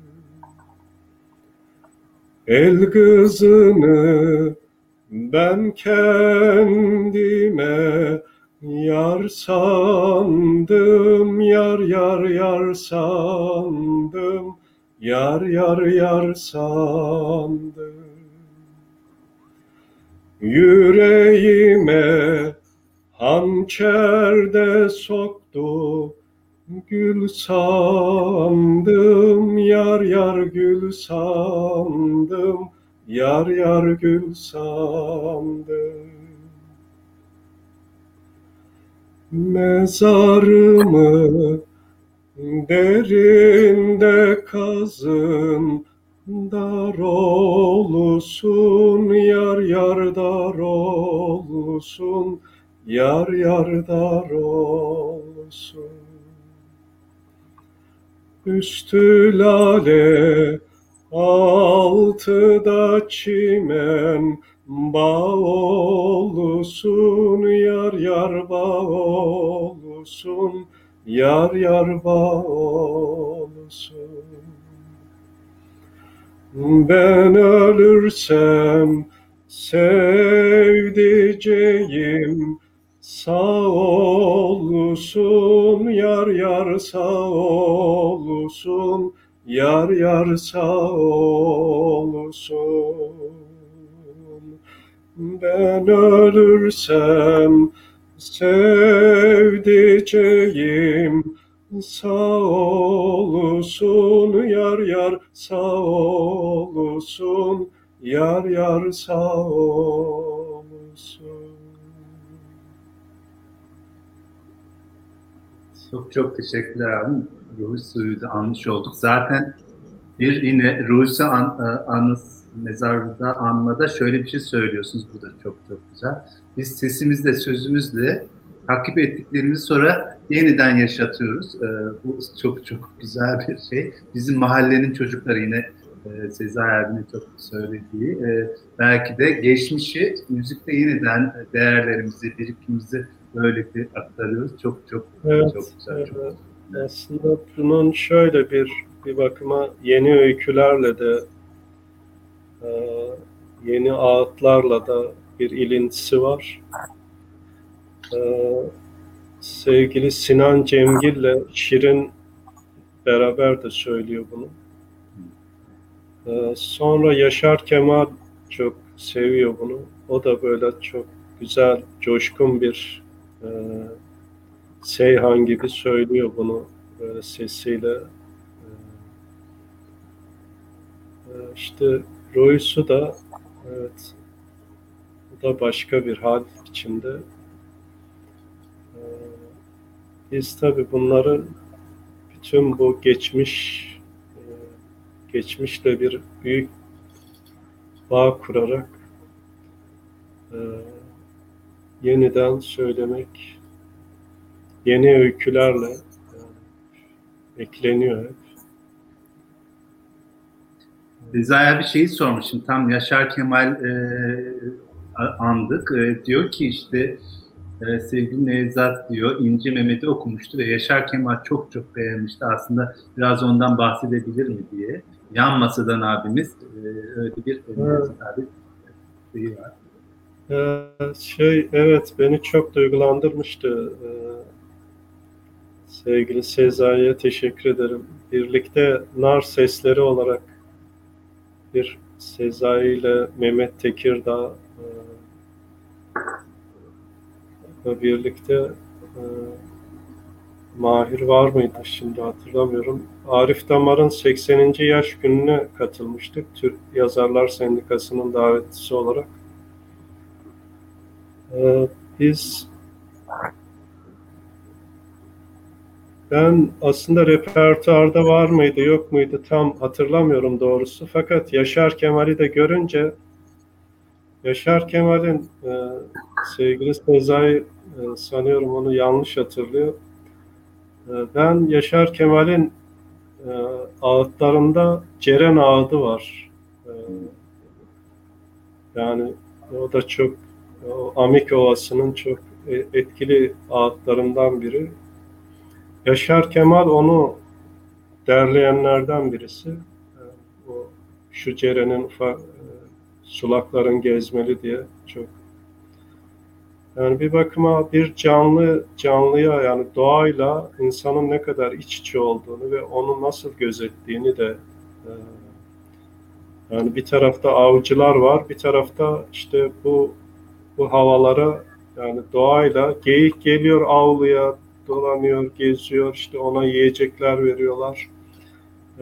El kızını ben kendime Yar sandım, yar yar yar sandım, yar yar yar sandım. Yüreğime hançer de soktu, gül sandım, yar yar gül sandım, yar yar gül sandım. Mezarımı derinde kazın, dar olsun, yar yar dar olsun, yar yar dar olsun. Üstü lale, altıda çimen, bağ olsun, yar yar bağ olsun, yar yar bağ olsun. Ben ölürsem sevdiceğim sağ olsun, yar yar sağ olsun, yar yar sağ olsun. Ben ölürsem sevdiceğim sağ olsun, yar yar sağ olsun, yar yar sağ olsun. Çok çok teşekkürler abi. Ruhi Suyu da anmış olduk. Zaten bir yine Ruhi Su an, anıs, mezarda anmada şöyle bir şey söylüyorsunuz. Bu da çok çok güzel. Biz sesimizle, sözümüzle takip ettiklerimizi sonra yeniden yaşatıyoruz. Ee, bu çok çok güzel bir şey. Bizim mahallenin çocukları yine e, Sezai abinin çok söylediği. E, belki de geçmişi müzikte yeniden değerlerimizi, birikimimizi böylelikle aktarıyoruz. Çok çok Evet, çok güzel. evet. Çok güzel. Aslında bunun şöyle bir bir bakıma yeni öykülerle de e, yeni ağıtlarla da bir ilintisi var. E, sevgili Sinan Cemgil'le Şirin beraber de söylüyor bunu. E, sonra Yaşar Kemal çok seviyor bunu. O da böyle çok güzel, coşkun bir e, Seyhan gibi söylüyor bunu böyle sesiyle. E, işte Royce'u da evet, bu da başka bir hal içinde. E, biz tabii bunları bütün bu geçmiş e, geçmişle bir büyük bağ kurarak e, yeniden söylemek, yeni öykülerle yani, ekleniyor hep. Sezai bir şeyi sormuşum. Tam Yaşar Kemal e, andık. E, diyor ki işte e, sevgili Nevzat diyor İnci Mehmet'i okumuştu ve Yaşar Kemal çok çok beğenmişti. Aslında biraz ondan bahsedebilir mi diye. Yan masadan abimiz e, öyle bir Evet. Nevzat abi şeyi var. Ee, şey evet beni çok duygulandırmıştı. Ee, sevgili Sezai'ye teşekkür ederim. Birlikte Nar Sesleri olarak bir Sezai ile Mehmet Tekirdağ e, birlikte e, Mahir var mıydı şimdi hatırlamıyorum. Arif Damar'ın sekseninci yaş gününe katılmıştık. Türk Yazarlar Sendikası'nın davetlisi olarak. Ee, biz Ben aslında repertuarda var mıydı yok muydu tam hatırlamıyorum doğrusu. Fakat Yaşar Kemal'i de görünce Yaşar Kemal'in e, sevgili Sezai e, sanıyorum onu yanlış hatırlıyor. E, ben Yaşar Kemal'in e, ağıtlarında Ceren ağıdı var. E, yani o da çok o Amik Ovası'nın çok e, etkili ağıtlarından biri. Yaşar Kemal onu derleyenlerden birisi. E, o şu Ceren'in ufak e, sulakların gezmeli diye çok Yani bir bakıma bir canlı canlıya, yani doğayla insanın ne kadar iç içe olduğunu ve onu nasıl gözettiğini de, e, yani bir tarafta avcılar var, bir tarafta işte bu bu havalara, yani doğayla geyik geliyor avluya, dolanıyor, geziyor, işte ona yiyecekler veriyorlar. Ee,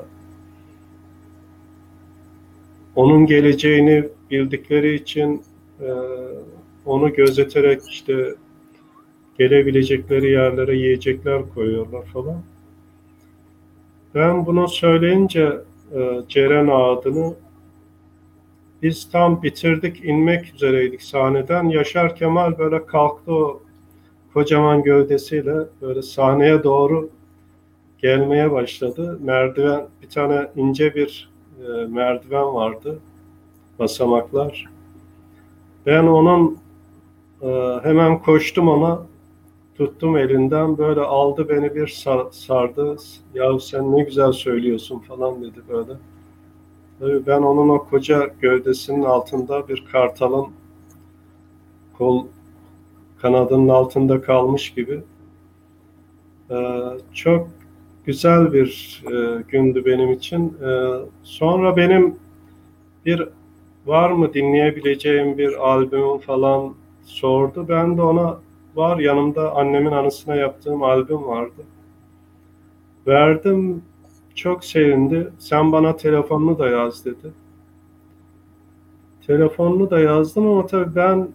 Onun geleceğini bildikleri için e, onu gözeterek işte gelebilecekleri yerlere yiyecekler koyuyorlar falan. Ben bunu söyleyince e, Ceren adını biz tam bitirdik, inmek üzereydik sahneden. Yaşar Kemal böyle kalktı, o kocaman gövdesiyle böyle sahneye doğru gelmeye başladı. Merdiven, bir tane ince bir e, merdiven vardı, basamaklar. Ben onun e, hemen koştum ona, tuttum elinden, böyle aldı beni bir sardı. Yahu sen ne güzel söylüyorsun falan dedi böyle. Tabii ben onun o koca gövdesinin altında bir kartalın kol kanadının altında kalmış gibi. Ee, çok güzel bir e, gündü benim için. Ee, sonra benim bir var mı dinleyebileceğim bir albümüm falan sordu. Ben de ona var, yanımda annemin anısına yaptığım albüm vardı. Verdim, çok sevindi. Sen bana telefonunu da yaz dedi. Telefonunu da yazdım ama tabii ben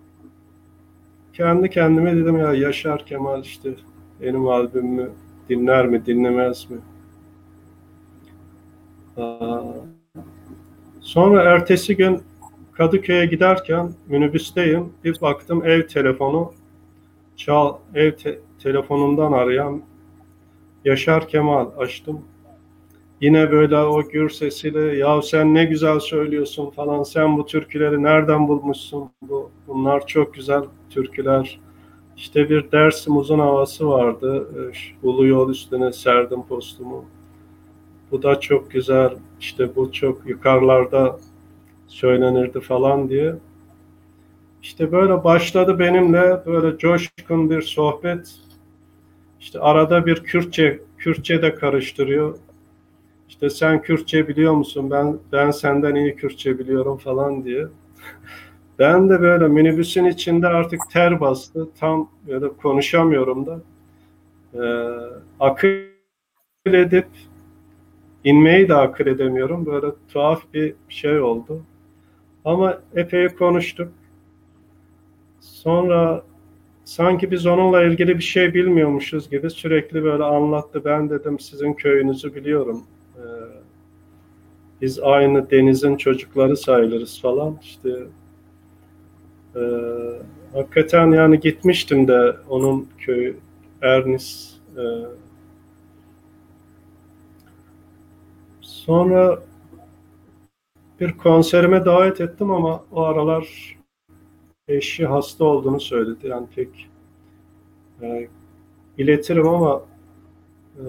kendi kendime dedim ya, Yaşar Kemal işte benim albümümü dinler mi dinlemez mi? Aa, sonra ertesi gün Kadıköy'e giderken minibüsteyim. Bir baktım ev telefonu çal, ev te- telefonundan arayan Yaşar Kemal, açtım. Yine böyle o gür sesiyle, ya sen ne güzel söylüyorsun falan, sen bu türküleri nereden bulmuşsun, bu bunlar çok güzel türküler. İşte bir Dersim uzun havası vardı. Ulu yol üstüne serdim postumu. Bu da çok güzel. İşte bu çok yukarılarda söylenirdi falan diye. İşte böyle başladı benimle böyle coşkun bir sohbet. İşte arada bir Kürtçe, Kürtçe de karıştırıyor. İşte sen Kürtçe biliyor musun? Ben ben senden iyi Kürtçe biliyorum falan diye. Ben de böyle minibüsün içinde artık ter bastı. Tam böyle konuşamıyorum da. Ee, akıl edip inmeyi de akıl edemiyorum. Böyle tuhaf bir şey oldu. Ama epey konuştuk. Sonra sanki biz onunla ilgili bir şey bilmiyormuşuz gibi sürekli böyle anlattı. Ben dedim sizin köyünüzü biliyorum. Ee, biz aynı denizin çocukları sayılırız falan. İşte e, hakikaten yani gitmiştim de onun köyü Ernis. E, sonra bir konserime davet ettim ama o aralar eşi hasta olduğunu söyledi. Yani pek e, iletirim ama e,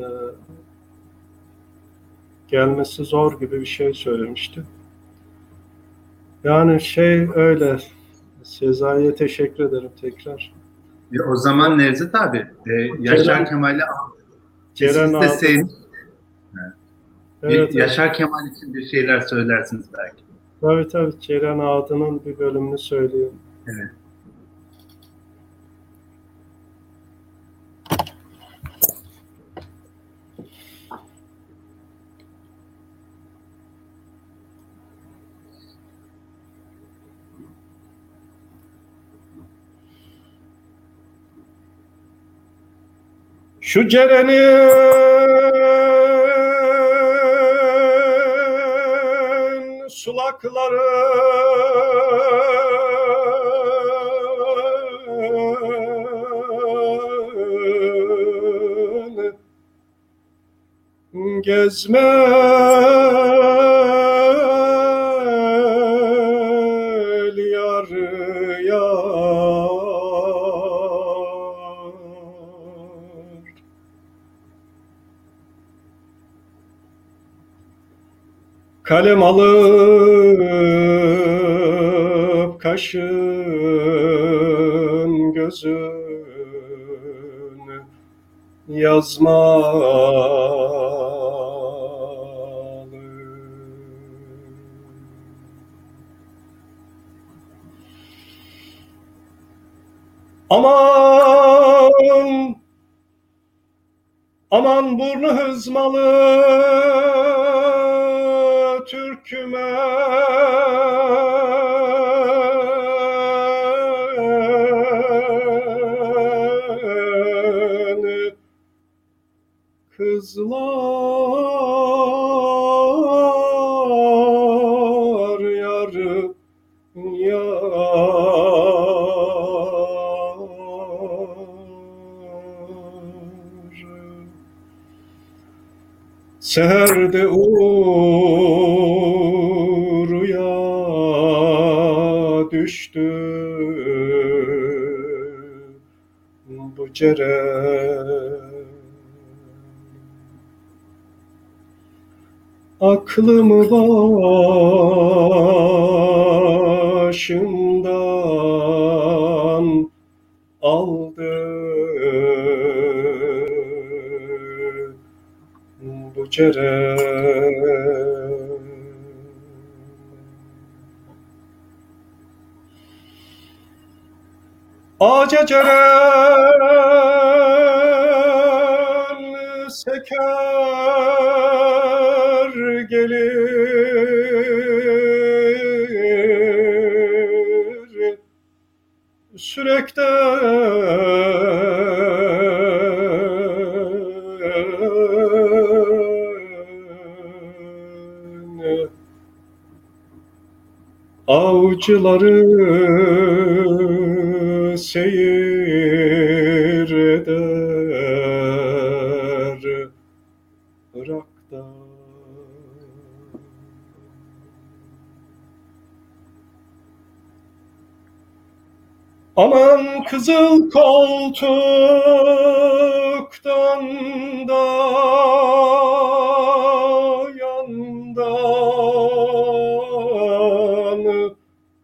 gelmesi zor gibi bir şey söylemişti. Yani şey öyle. Sezai'ye teşekkür ederim tekrar. E, o zaman Nevzat abi, e, Yaşar Ceren, Kemal'i Ceren siz de Ağa'nın, sevmiş. evet Bir evet. Yaşar Kemal için bir şeyler söylersiniz belki. Tabii tabii, Ceren Ağa'nın bir bölümünü söyleyeyim. Evet. Şu Ceren'in sulakları gezmel yar yar. Kalem alıp kaşım yazmalı. Aman, aman burnu hızmalı Türküme kızlar yarım yar. Seherde uğruya düştü bu ceren. Aklımı başımdan aldı bu ceren. Ağaca ceren seker gelir sürekten avcıları seyreder Irak'ta. Aman kızıl koltuktan da yandan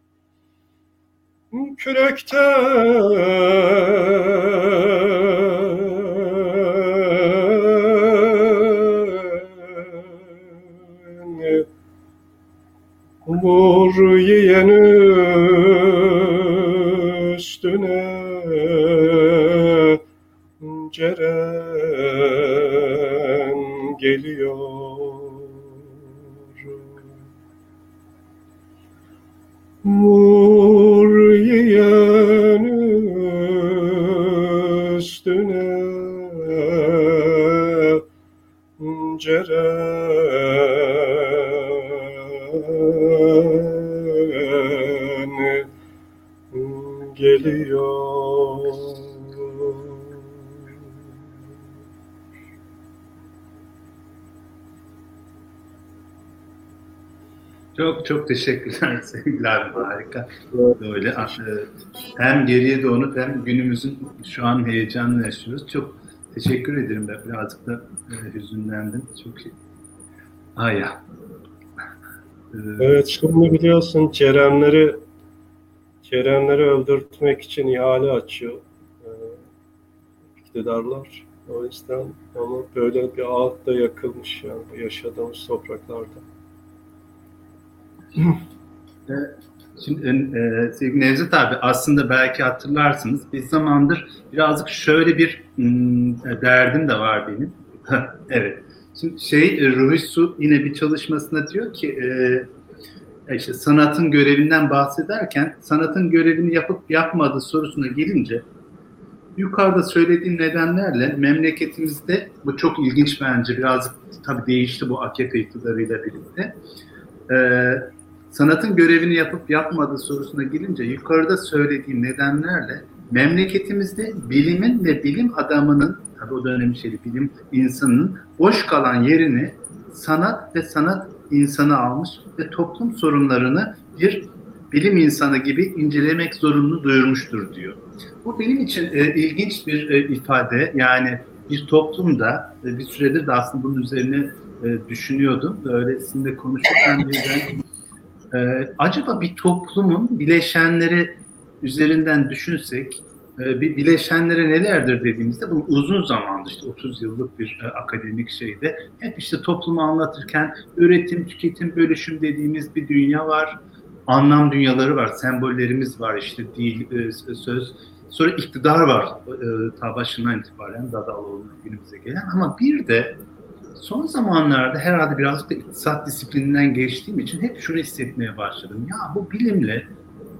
kürekten vur yiyen üstüne ceren geliyor. Vur yiyen üstüne ceren geliyor. Çok çok teşekkürler sevgili abim, harika. Böyle hem geriye doğru hem günümüzün şu an heyecanını yaşıyoruz. Çok teşekkür ederim. Ben birazcık da hüzünlendim. Çok iyi. Ay ya. Evet, şimdi biliyorsun Cerenleri Cerenleri öldürtmek için ihale açıyor e, iktidarlar. O yüzden ama böyle bir ağıt da yakılmış yani bu yaşadığımız topraklarda. Şimdi e, sevgili Nevzat abi, aslında belki hatırlarsınız, bir zamandır birazcık şöyle bir m, derdim de var benim. Evet. Şimdi şey, Ruhi Su yine bir çalışmasında diyor ki e, işte sanatın görevinden bahsederken sanatın görevini yapıp yapmadığı sorusuna gelince yukarıda söylediğim nedenlerle memleketimizde, bu çok ilginç bence, birazcık tabii değişti bu A K P iktidarıyla birlikte. Ee, sanatın görevini yapıp yapmadığı sorusuna gelince yukarıda söylediğim nedenlerle memleketimizde bilimin ve bilim adamının, tabii o dönem şeydi, bilim insanının boş kalan yerini sanat ve sanat insanı almış ve toplum sorunlarını bir bilim insanı gibi incelemek zorunlu duyurmuştur diyor. Bu benim için e, ilginç bir e, ifade. Yani bir toplumda e, bir süredir de aslında bunun üzerine e, düşünüyordum. Böyle sizinle konuşurken birden e, acaba bir toplumun bileşenleri üzerinden düşünsek e, bir bileşenleri nelerdir dediğimizde bu uzun zamandır işte otuz yıllık bir e, akademik şeyde hep işte toplumu anlatırken üretim, tüketim, bölüşüm dediğimiz bir dünya var. Anlam dünyaları var, sembollerimiz var, işte dil, e, söz. Sonra iktidar var e, ta başından itibaren Dadaloğlu'nun günümüze gelen. Ama bir de son zamanlarda herhalde birazcık da iktisat disiplininden geçtiğim için hep şunu hissetmeye başladım. Ya bu bilimle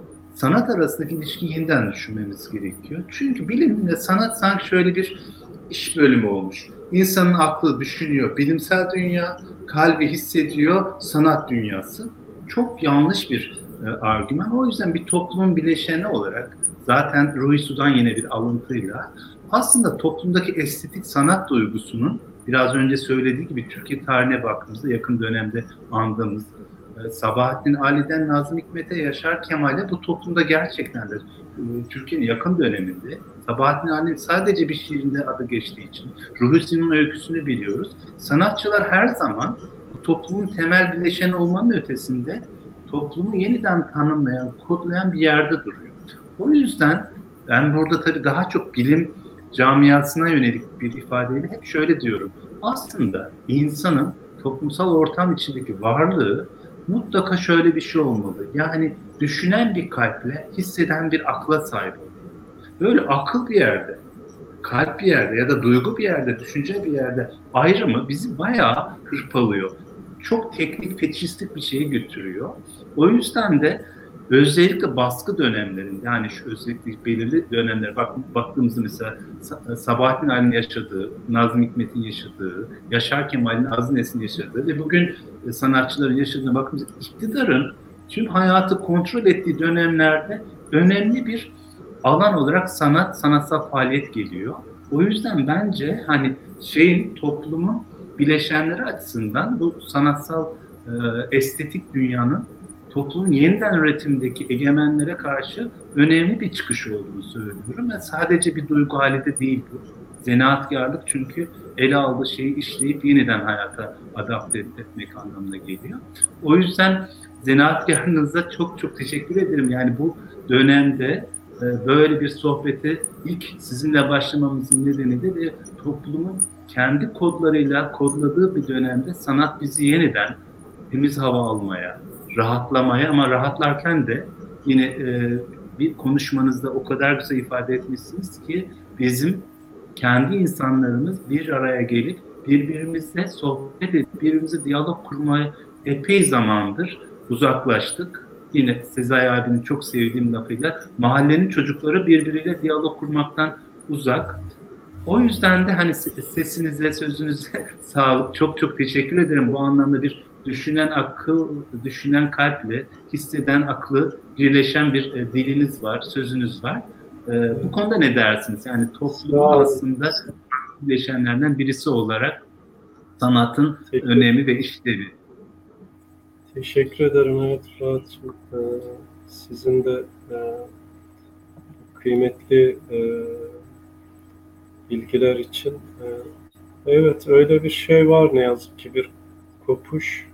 sanat arasındaki ilişkiyi yeniden düşünmemiz gerekiyor. Çünkü bilimle sanat sanki şöyle bir iş bölümü olmuş. İnsanın aklı düşünüyor, bilimsel dünya, kalbi hissediyor, sanat dünyası. Çok yanlış bir e, argüman. O yüzden bir toplumun bileşeni olarak zaten Ruhi Su'dan yine bir alıntıyla aslında toplumdaki estetik sanat duygusunun biraz önce söylediği gibi Türkiye tarihine baktığımızda yakın dönemde andığımız Sabahattin Ali'den Nazım Hikmet'e, Yaşar Kemal'e bu toplumda gerçekten de Türkiye'nin yakın döneminde Sabahattin Ali'nin sadece bir şiirinde adı geçtiği için Ruhi öyküsünü biliyoruz. Sanatçılar her zaman bu toplumun temel bileşeni olmanın ötesinde toplumu yeniden tanımlayan, kodlayan bir yerde duruyor. O yüzden ben burada tabii daha çok bilim camiasına yönelik bir ifadeyle hep şöyle diyorum. Aslında insanın toplumsal ortam içindeki varlığı mutlaka şöyle bir şey olmalı. Yani düşünen bir kalple, hisseden bir akla sahip olmalı. Böyle akıl bir yerde, kalp bir yerde ya da duygu bir yerde, düşünce bir yerde ayrımı bizi bayağı hırpalıyor. Çok teknik, fetişistik bir şeye götürüyor. O yüzden de özellikle baskı dönemlerinde, yani şu özellikle belirli dönemlere bak, baktığımızda mesela Sabahattin Ali'nin yaşadığı, Nazım Hikmet'in yaşadığı, Yaşar Kemal'in, Aziz Nesin'in yaşadığı ve bugün sanatçıların yaşadığına baktığımızda iktidarın tüm hayatı kontrol ettiği dönemlerde önemli bir alan olarak sanat, sanatsal faaliyet geliyor. O yüzden bence hani şeyin, toplumun bileşenleri açısından bu sanatsal e, estetik dünyanın toplumun yeniden üretimdeki egemenlere karşı önemli bir çıkış olduğunu söylüyorum. Ve sadece bir duygu hali de değil bu. Zanaatkarlık çünkü ele aldığı şeyi işleyip yeniden hayata adapte etmek anlamına geliyor. O yüzden zanaatkarlığınıza çok çok teşekkür ederim. Yani bu dönemde böyle bir sohbeti ilk sizinle başlamamızın nedeni de ve toplumun kendi kodlarıyla kodladığı bir dönemde sanat bizi yeniden temiz hava almaya, rahatlamaya ama rahatlarken de yine e, bir konuşmanızda o kadar güzel ifade etmişsiniz ki bizim kendi insanlarımız bir araya gelip birbirimizle sohbet edip birbirimize diyalog kurmaya epey zamandır uzaklaştık. Yine Sezai abinin çok sevdiğim lafıyla mahallenin çocukları birbiriyle diyalog kurmaktan uzak. O yüzden de hani sesinize, sözünüze sağlık. Çok çok teşekkür ederim. Bu anlamda bir düşünen akıl, düşünen kalple, hisseden aklı birleşen bir e, diliniz var, sözünüz var. E, bu konuda ne dersiniz? Yani toplumun aslında birleşenlerden birisi olarak sanatın teşekkür önemi ve işlevi. Teşekkür ederim. Evet Fırat'cığım. Ee, sizin de e, kıymetli e, bilgiler için. E, evet öyle bir şey var ne yazık ki, bir kopuş.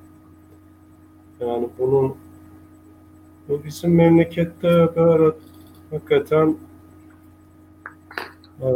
Yani bunu bu bizim memlekette böyle hakikaten e,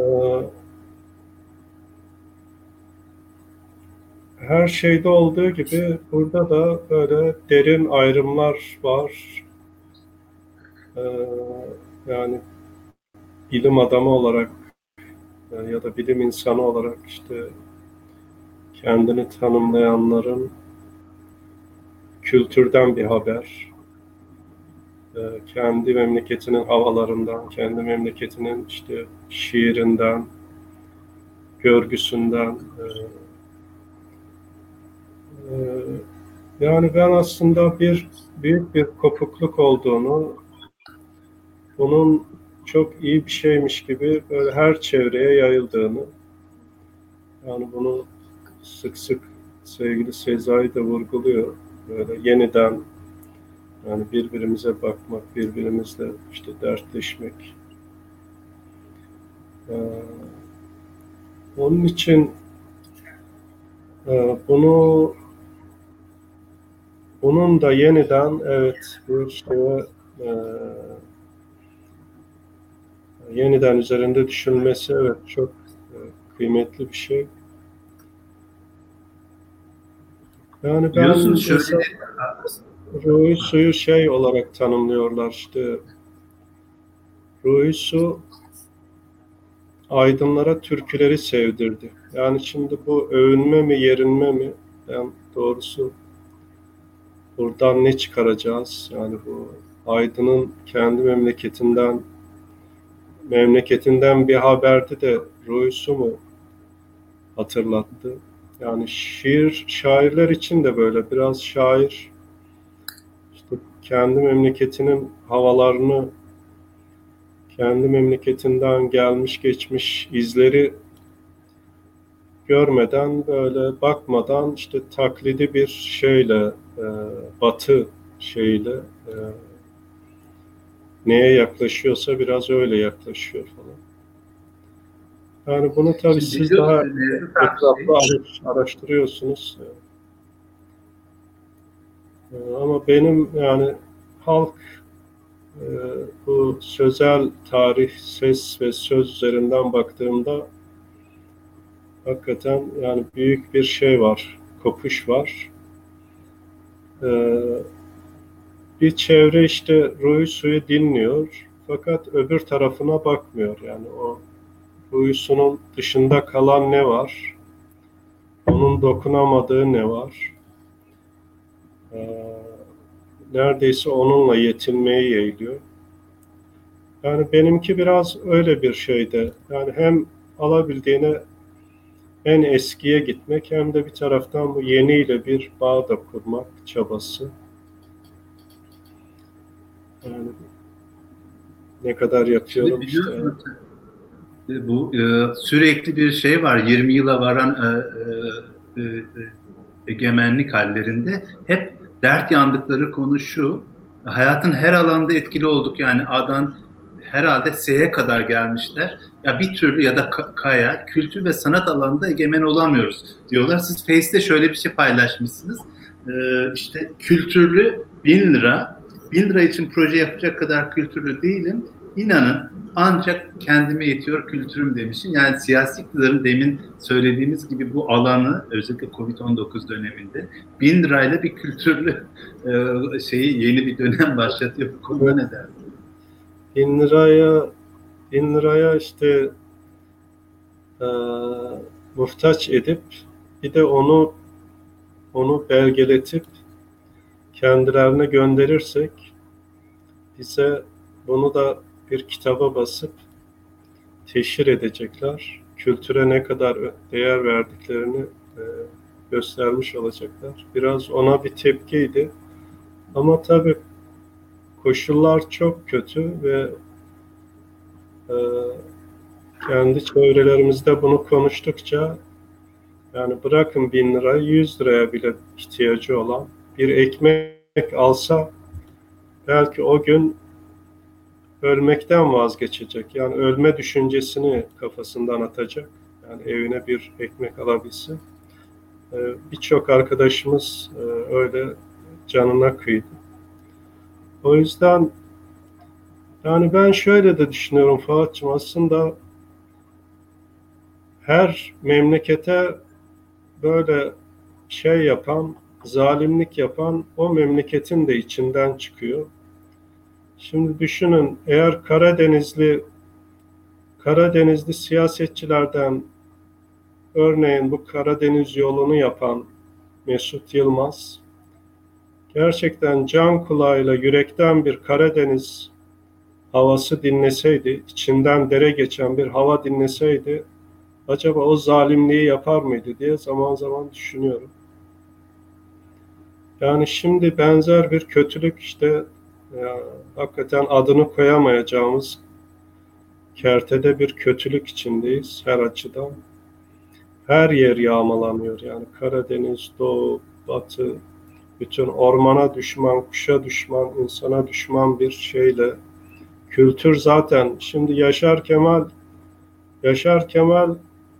her şeyde olduğu gibi burada da böyle derin ayrımlar var. Ee, yani bilim adamı olarak ya da bilim insanı olarak işte kendini tanımlayanların kültürden bir haber, kendi memleketinin havalarından, kendi memleketinin işte şiirinden, görgüsünden. Yani ben aslında bir büyük bir kopukluk olduğunu, bunun çok iyi bir şeymiş gibi böyle her çevreye yayıldığını, yani bunu sık sık sevgili Sezai de vurguluyor. Böyle yeniden yani birbirimize bakmak, birbirimizle işte dertleşmek. Ee, onun için e, bunu bunun da yeniden evet bir şeye e, yeniden üzerinde düşünülmesi evet çok e, kıymetli bir şey. Yani ben Biliyorsunuz şöyle mesela Ruhi Su'yu şey olarak tanımlıyorlar işte Ruhi Su aydınlara türküleri sevdirdi. Yani şimdi bu övünme mi yerinme mi? Ben doğrusu buradan ne çıkaracağız? Yani bu aydının kendi memleketinden memleketinden bir haberdi de Ruhi Su mu hatırlattı? Yani şiir şairler için de böyle biraz şair işte kendi memleketinin havalarını kendi memleketinden gelmiş geçmiş izleri görmeden böyle bakmadan işte taklidi bir şeyle e, batı şeyle e, neye yaklaşıyorsa biraz öyle yaklaşıyor falan. Yani bunu tabii şimdi siz daha biliyorsunuz Nevzat etraflı abi, araştırıyorsunuz. E, ama benim yani halk e, bu sözel tarih, ses ve söz üzerinden baktığımda hakikaten yani büyük bir şey var, kopuş var. Ee, bir çevre işte Ruhi Su'yu dinliyor fakat öbür tarafına bakmıyor. Yani o Ruhi Su'nun dışında kalan ne var? Onun dokunamadığı ne var? Ee, neredeyse onunla yetinmeyi yeğliyor. Yani benimki biraz öyle bir şeyde. Yani hem alabildiğine en eskiye gitmek hem de bir taraftan bu yeniyle bir bağ da kurmak çabası. Yani ne kadar şimdi yapıyorum işte. biliyorsunuz e, bu e, sürekli bir şey var. yirmi yıla varan e, e, e, egemenlik hallerinde hep dert yandıkları konu şu. Hayatın her alanda etkili olduk. Yani A'dan herhalde S'ye kadar gelmişler. Ya bir türlü ya da K'ya kültür ve sanat alanında egemen olamıyoruz diyorlar. Siz Face'te şöyle bir şey paylaşmışsınız. Ee, işte kültürlü bin lira. Bin lira için proje yapacak kadar kültürlü değilim. İnanın ancak kendime yetiyor kültürüm demişim. Yani siyasi iktidarın demin söylediğimiz gibi bu alanı özellikle kovid on dokuz döneminde bin lirayla bir kültürlü e, şeyi yeni bir dönem başlatıyor. Bu konuda Evet, ne der? bin liraya bin liraya işte e, muhtaç edip bir de onu onu belgeletip kendilerine gönderirsek bize bunu da bir kitaba basıp teşhir edecekler. Kültüre ne kadar değer verdiklerini e, göstermiş olacaklar. Biraz ona bir tepkiydi. Ama tabii koşullar çok kötü ve e, kendi çevrelerimizde bunu konuştukça yani bırakın bin lirayı yüz liraya bile ihtiyacı olan bir ekmek alsa belki o gün ölmekten vazgeçecek. Yani ölme düşüncesini kafasından atacak. Yani evine bir ekmek alabilse. Ee, birçok arkadaşımız e, öyle canına kıydı. O yüzden yani ben şöyle de düşünüyorum Fuat'cığım aslında her memlekete böyle şey yapan, zalimlik yapan o memleketin de içinden çıkıyor. Şimdi düşünün eğer Karadenizli Karadenizli siyasetçilerden örneğin bu Karadeniz yolunu yapan Mesut Yılmaz gerçekten can kulağıyla yürekten bir Karadeniz havası dinleseydi, içinden dere geçen bir hava dinleseydi acaba o zalimliği yapar mıydı diye zaman zaman düşünüyorum. Yani şimdi benzer bir kötülük işte ya, hakikaten adını koyamayacağımız kertede bir kötülük içindeyiz her açıdan. Her yer yağmalanıyor yani Karadeniz, Doğu, Batı, bütün ormana düşman, kuşa düşman, insana düşman bir şeyle kültür zaten şimdi Yaşar Kemal Yaşar Kemal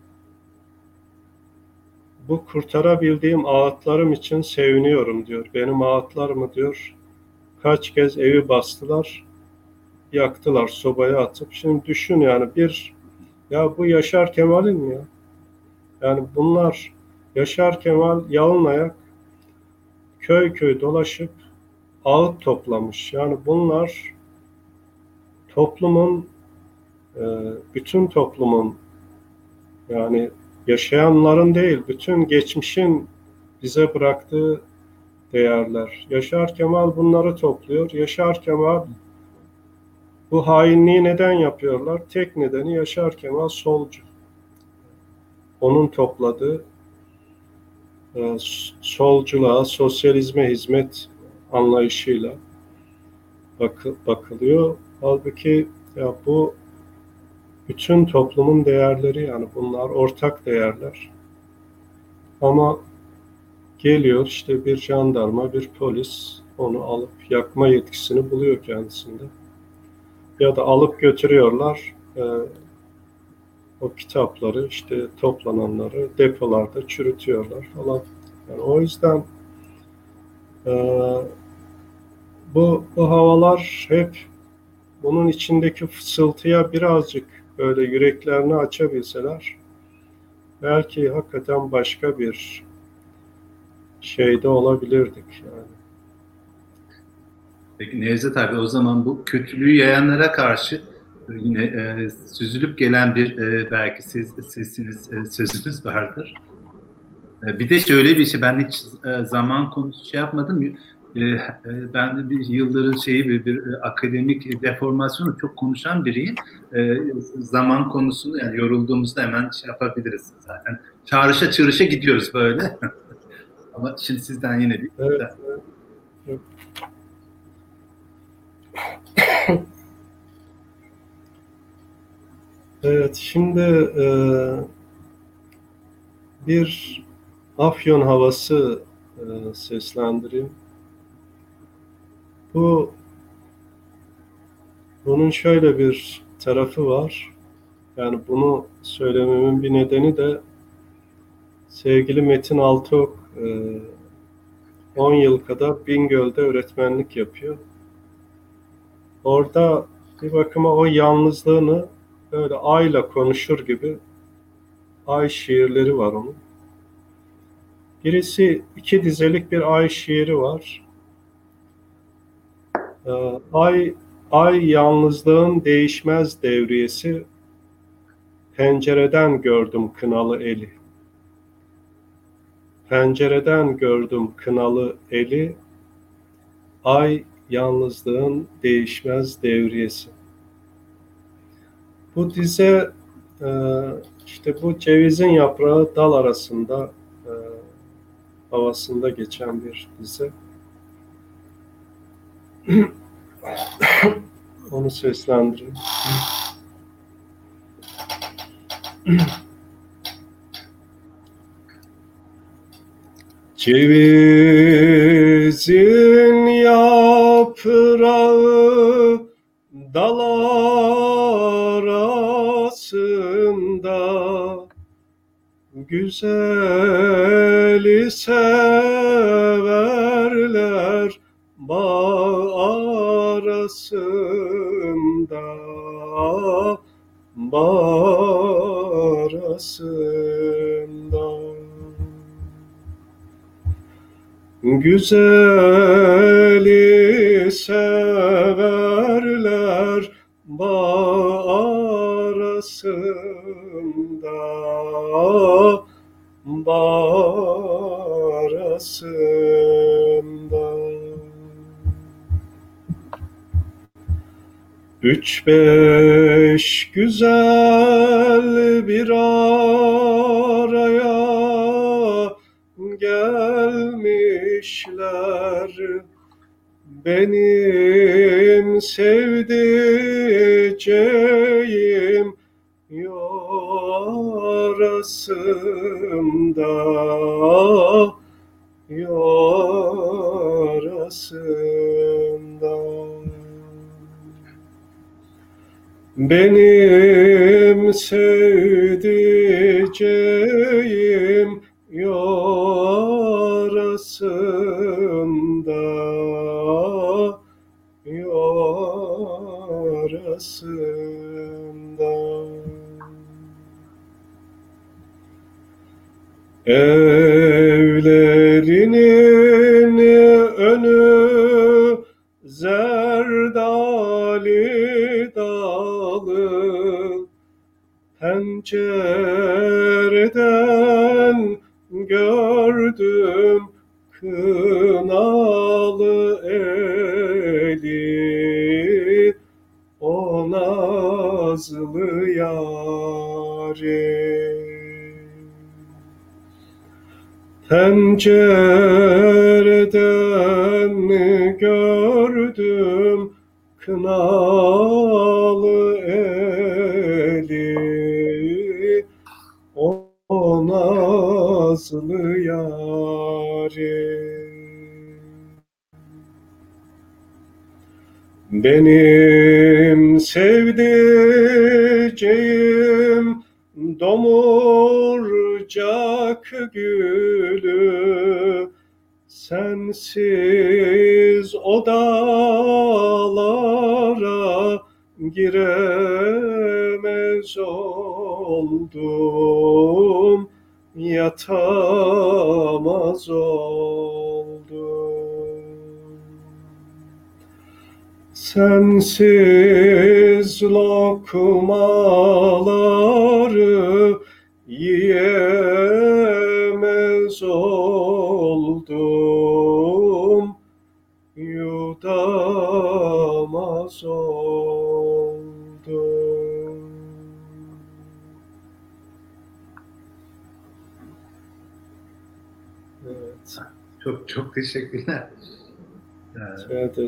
bu kurtarabildiğim ağıtlarım için seviniyorum diyor. Benim ağıtlar mı diyor. Kaç kez evi bastılar. yaktılar sobaya atıp. Şimdi düşün yani bir ya bu Yaşar Kemal'in mi ya? Yani bunlar Yaşar Kemal Yalınayak köy köy dolaşıp ağıt toplamış. Yani bunlar toplumun e, bütün toplumun yani yaşayanların değil bütün geçmişin bize bıraktığı değerler. Yaşar Kemal bunları topluyor. Yaşar Kemal bu hainliği neden yapıyorlar? Tek nedeni Yaşar Kemal solcu. Onun topladığı e, solculuğa, sosyalizme hizmet anlayışıyla bakı, bakılıyor. Halbuki ya bu bütün toplumun değerleri yani bunlar ortak değerler. Ama geliyor işte bir jandarma, bir polis onu alıp yakma yetkisini buluyor kendisinde. Ya da alıp götürüyorlar e, o kitapları işte toplananları depolarda çürütüyorlar falan. Yani o yüzden e, bu, bu havalar hep bunun içindeki fısıltıya birazcık böyle yüreklerini açabilseler belki hakikaten başka bir şeyde olabilirdik yani. Peki Nevzat abi, o zaman bu kötülüğü yayanlara karşı e, yine e, süzülüp gelen bir e, belki ses, sesiniz, e, sözünüz vardır. E, bir de şöyle bir şey, ben hiç e, zaman konusu şey yapmadım. E, e, ben de bir yılların şeyi bir, bir e, akademik deformasyonu çok konuşan biriyim. E, zaman konusunu yani yorulduğumuzda hemen şey yapabiliriz zaten. Çağrışa çığrışa gidiyoruz böyle. Ama şimdi sizden yine bir Evet, evet. Evet, şimdi e, bir Afyon havası e, seslendireyim. Bu bunun şöyle bir tarafı var. Yani bunu söylememin bir nedeni de sevgili Metin Altıok e, on yıl kadar Bingöl'de öğretmenlik yapıyor. Orada bir bakıma o yalnızlığını böyle ayla konuşur gibi ay şiirleri var onun. Birisi iki dizelik bir ay şiiri var. Ee, Ay, ay yalnızlığın değişmez devriyesi, pencereden gördüm kınalı eli. Pencereden gördüm kınalı eli, ay yalnızlığın değişmez devriyesi. Bu dize e, işte bu cevizin yaprağı dal arasında e, havasında geçen bir dize. Onu seslendireyim. Cevizin yaprağı dal arasında, güzeli severler bağ arasında, bağ arasında. Güzeli severler bağ arasında, bağ arasında. Üç beş güzel bir araya gelmişler, benim sevdiceğim yarasında, yarasında. Benim sevdiceğim yarasında, yarasında. arasında. Evlerinin önü zerdali dağlı, pencereden gördüm kınalı eli, o nazlı yâri. Pencereden gördüm kınalı eli, o, o nazlı yâri. Benim sevdiceğim domurcak gülü, sensiz odalara giremez oldum, yatamaz oldum. Sensiz lokmaları yiyemez oldum, yutamaz oldum. Evet. Çok çok teşekkürler. Evet.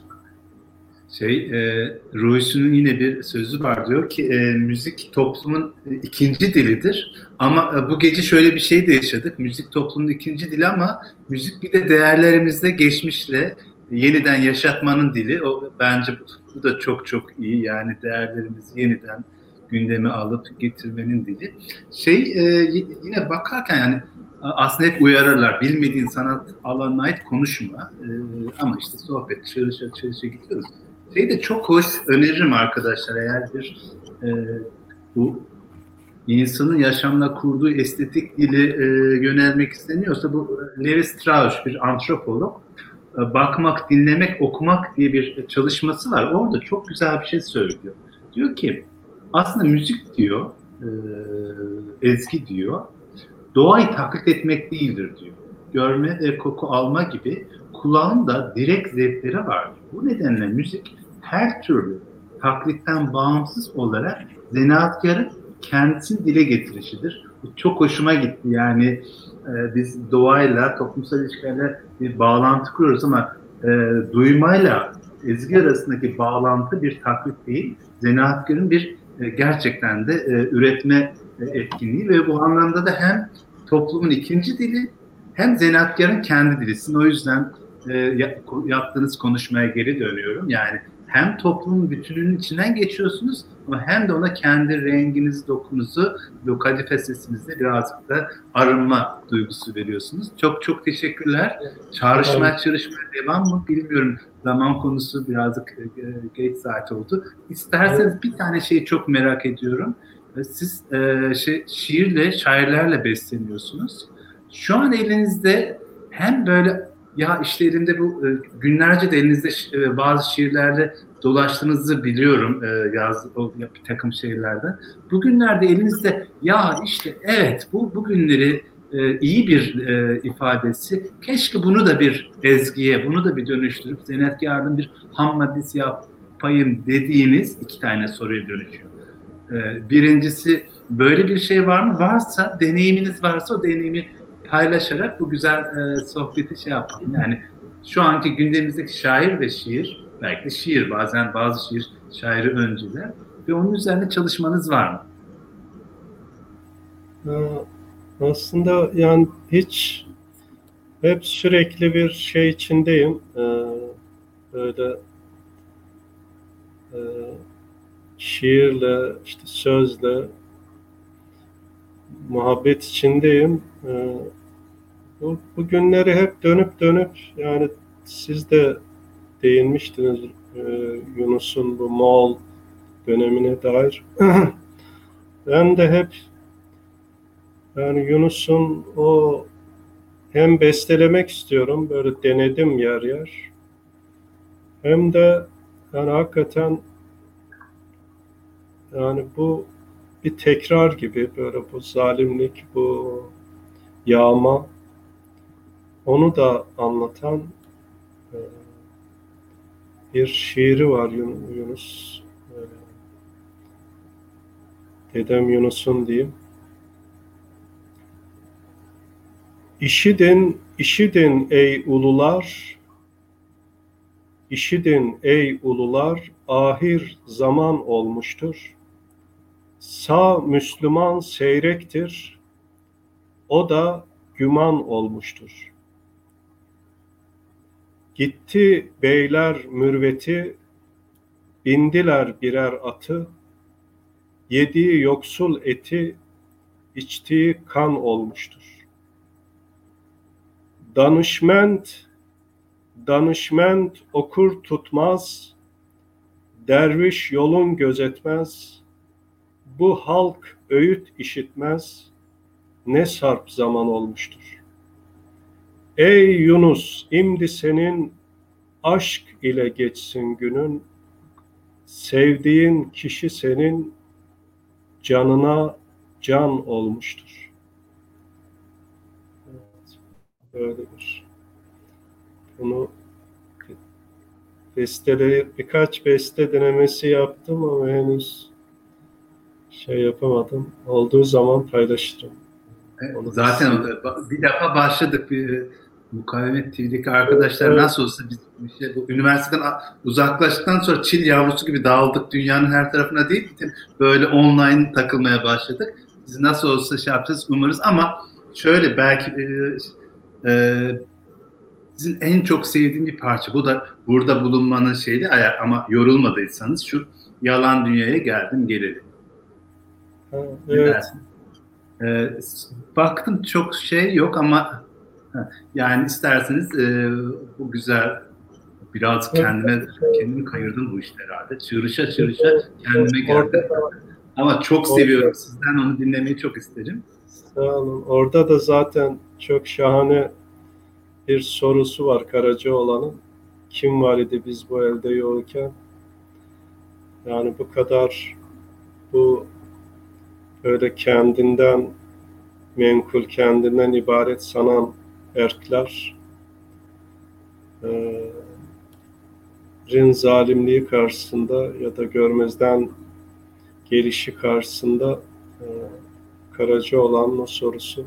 Şey, e, Royce'un yine bir sözü var, diyor ki e, müzik toplumun ikinci dilidir. Ama e, bu gece şöyle bir şey de yaşadık. Müzik toplumun ikinci dili ama müzik bir de değerlerimizde geçmişle yeniden yaşatmanın dili. O bence bu, bu da çok çok iyi. Yani değerlerimizi yeniden gündeme alıp getirmenin dili. Şey, e, yine bakarken yani aslında hep uyarırlar. Bilmediğin sanat alanına ait konuşma. E, ama işte sohbet, çalışa çalışa gidiyoruz. Şey de çok hoş, öneririm arkadaşlar, eğer bir e, bu insanın yaşamla kurduğu estetik dili e, yönelmek isteniyorsa, bu Levi Strauss bir antropolog, e, bakmak, dinlemek, okumak diye bir çalışması var. Orada çok güzel bir şey söylüyor. Diyor ki aslında müzik diyor, e, ezgi diyor, doğayı taklit etmek değildir diyor. Görme ve koku alma gibi kulağın da direkt zevkleri var. Bu nedenle müzik her türlü taklitten bağımsız olarak zanaatkarın kendisini dile getirişidir. Bu çok hoşuma gitti. Yani e, biz doğayla, toplumsal ilişkilerle bir bağlantı kuruyoruz ama e, duymayla ezgi arasındaki bağlantı bir taklit değil, zanaatkarın bir e, gerçekten de e, üretme e, etkinliği ve bu anlamda da hem toplumun ikinci dili hem zanaatkarın kendi dilisin. O yüzden e, yaptığınız konuşmaya geri dönüyorum. Yani hem toplumun bütününün içinden geçiyorsunuz ama hem de ona kendi renginizi, dokunuzu, lokalife sesinizle birazcık da arınma duygusu veriyorsunuz. Çok çok teşekkürler. Çağrışma, çağrışmaya devam mı bilmiyorum. Zaman konusu birazcık e, geç saat oldu. İsterseniz bir tane şeyi çok merak ediyorum. Siz e, şey, şiirle, şairlerle besleniyorsunuz. Şu an elinizde hem böyle, ya işte elimde bu e, günlerce de elinizde e, bazı şiirlerle dolaştığınızı biliyorum, e, yaz o bir takım şeylerden. Bugünlerde elinizde ya işte evet bu bugünleri e, iyi bir e, ifadesi. Keşke bunu da bir ezgiye, bunu da bir dönüştürüp sanatkarın bir ham maddesi yapayım dediğiniz iki tane soruya dönüşüyor. E, birincisi, böyle bir şey var mı? Varsa, deneyiminiz varsa o deneyimi paylaşarak bu güzel e, sohbeti şey yapalım. Yani şu anki gündemimizdeki şair ve şiir, belki de şiir, bazen bazı şiir şairi öncüler ve onun üzerine çalışmanız var mı? Aslında yani hiç, hep sürekli bir şey içindeyim. Böyle şiirle, işte sözle muhabbet içindeyim. Bu, bu günleri hep dönüp dönüp, yani siz de değinmiştiniz, Yunus'un bu Moğol dönemine dair. Ben de hep yani Yunus'un o hem bestelemek istiyorum, böyle denedim yer yer. Hem de yani hakikaten yani bu bir tekrar gibi, böyle bu zalimlik, bu yağma, onu da anlatan e, bir şiiri var Yunus. E, Dedem Yunus'un diyeyim. İşidin, işidin ey ulular, işidin ey ulular, ahir zaman olmuştur. Sağ Müslüman seyrektir, o da güman olmuştur. Gitti beyler mürveti, bindiler birer atı, yediği yoksul eti, içtiği kan olmuştur. Danışment, danışment okur tutmaz, derviş yolun gözetmez, bu halk öğüt işitmez, ne sarp zaman olmuştur. Ey Yunus, imdi senin aşk ile geçsin günün, sevdiğin kişi senin canına can olmuştur. Evet, böyledir. Bunu bestele, birkaç beste denemesi yaptım ama henüz şey yapamadım. Olduğu zaman paylaşırım. Onu zaten o, bir defa başladık. Bir, Mukavemet T V'deki arkadaşlar evet. Nasıl olsa biz işte bu üniversiteden uzaklaştıktan sonra çil yavrusu gibi dağıldık dünyanın her tarafına değil, böyle online takılmaya başladık. Biz nasıl olsa şey yapacağız umarız ama şöyle belki e, e, sizin en çok sevdiğim bir parça bu da burada bulunmanın şeydi ama yorulmadıysanız şu yalan dünyaya geldim geleli. Ha, evet. Ee, baktım çok şey yok ama yani isterseniz e, bu güzel biraz kendime kendimi kayırdım bu işte herhalde. Çığırışa çığırışa kendime geldim. Ama çok seviyorum. Sizden onu dinlemeyi çok isterim. Sağ olun. Orada da zaten çok şahane bir sorusu var Karacaoğlan'ın. Kim var idi biz bu elde yokken? Yani bu kadar bu böyle kendinden menkul, kendinden ibaret sanan erkler e, rin zalimliği karşısında ya da görmezden gelişi karşısında e, Karacaoğlan'ın o sorusu.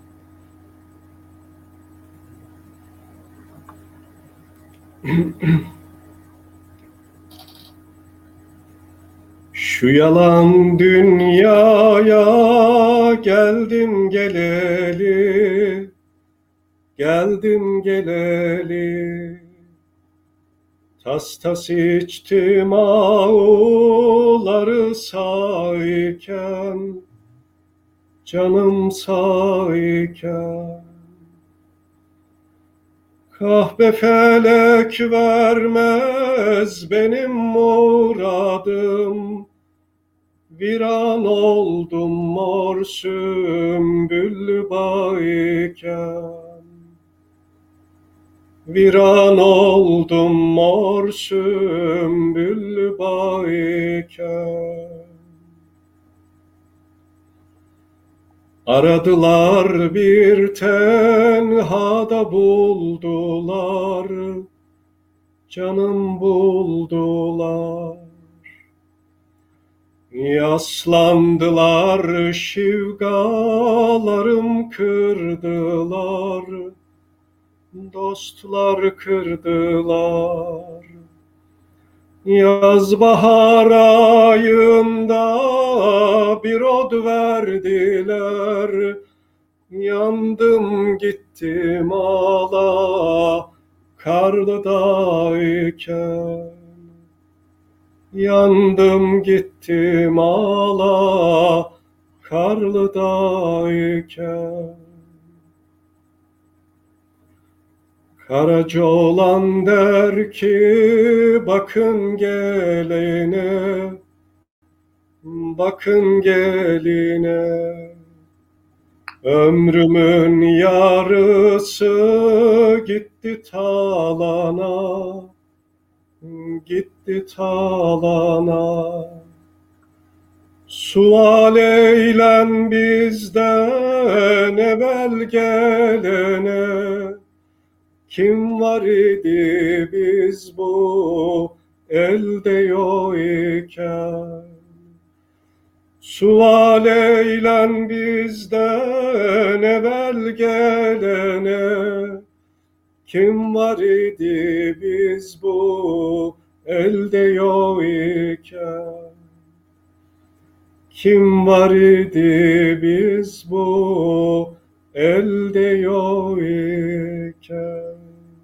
Şu yalan dünyaya geldim geleli, geldim geleli, tas tas içtim ağları sağ-iken, canım sağ-iken. Kahpe felek vermez benim muradım, viran oldum mor sümbüllü bağiken. Viran oldum mor sümbüllü bağiken. Aradılar bir tenhada buldular, canım buldular. Yaslandılar şivgalarım kırdılar, dostlar kırdılar. Yaz bahar ayında bir od verdiler, yandım gittim ağla karlı dağ-iken. Yandım gittim ağla karlı dağ-iken. Karacaoğlan der ki bakın gelene, bakın geline. Ömrümün yarısı gitti talana, gitti talana. Sual eylen bizden evvel gelene, kim var idi biz bu elde yok iken? Sual eylen bizden evvel gelene, kim var idi biz bu elde yok iken? Kim var idi biz bu elde yok iken?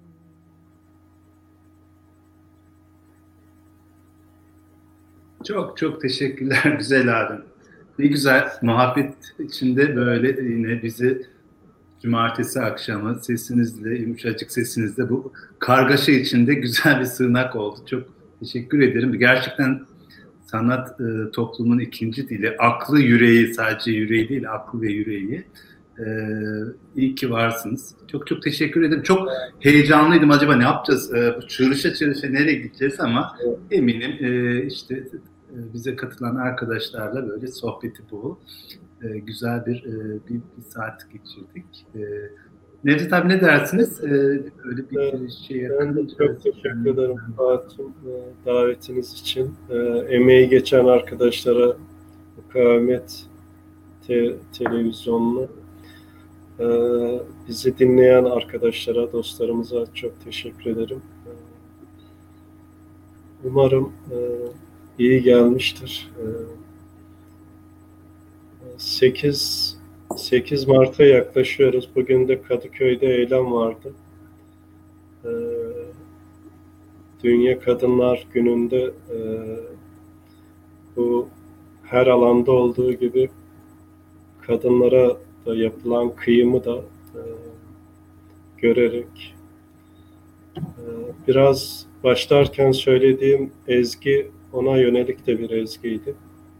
Çok çok teşekkürler güzel abim. Ne güzel muhabbet içinde böyle yine bizi cumartesi akşamı sesinizle, yumuşacık sesinizle bu kargaşa içinde güzel bir sığınak oldu. Çok teşekkür ederim. Gerçekten sanat e, toplumun ikinci dili. Aklı, yüreği, sadece yüreği değil, aklı ve yüreği. E, iyi ki varsınız. Çok çok teşekkür ederim. Çok heyecanlıydım. Acaba ne yapacağız? E, çığırışa çığırışa nereye gideceğiz ama eminim e, işte e, bize katılan arkadaşlarla böyle sohbeti bu. E, güzel bir, e, bir bir saat geçirdik. E, Nevzat abi ne dersiniz? E, öyle bir Evet, şeye ben de yakın. çok teşekkür ederim Fatih'im, e, davetiniz için. E, Emeği geçen arkadaşlara, Mukavemet te, televizyonunu, e, bizi dinleyen arkadaşlara, dostlarımıza çok teşekkür ederim. E, umarım e, iyi gelmiştir. E, sekiz sekiz Mart'a yaklaşıyoruz. Bugün de Kadıköy'de eylem vardı. E, Dünya Kadınlar Günü'nde e, bu her alanda olduğu gibi kadınlara da yapılan kıyımı da e, görerek e, biraz başlarken söylediğim ezgi ona yönelik de bir ezgiydi.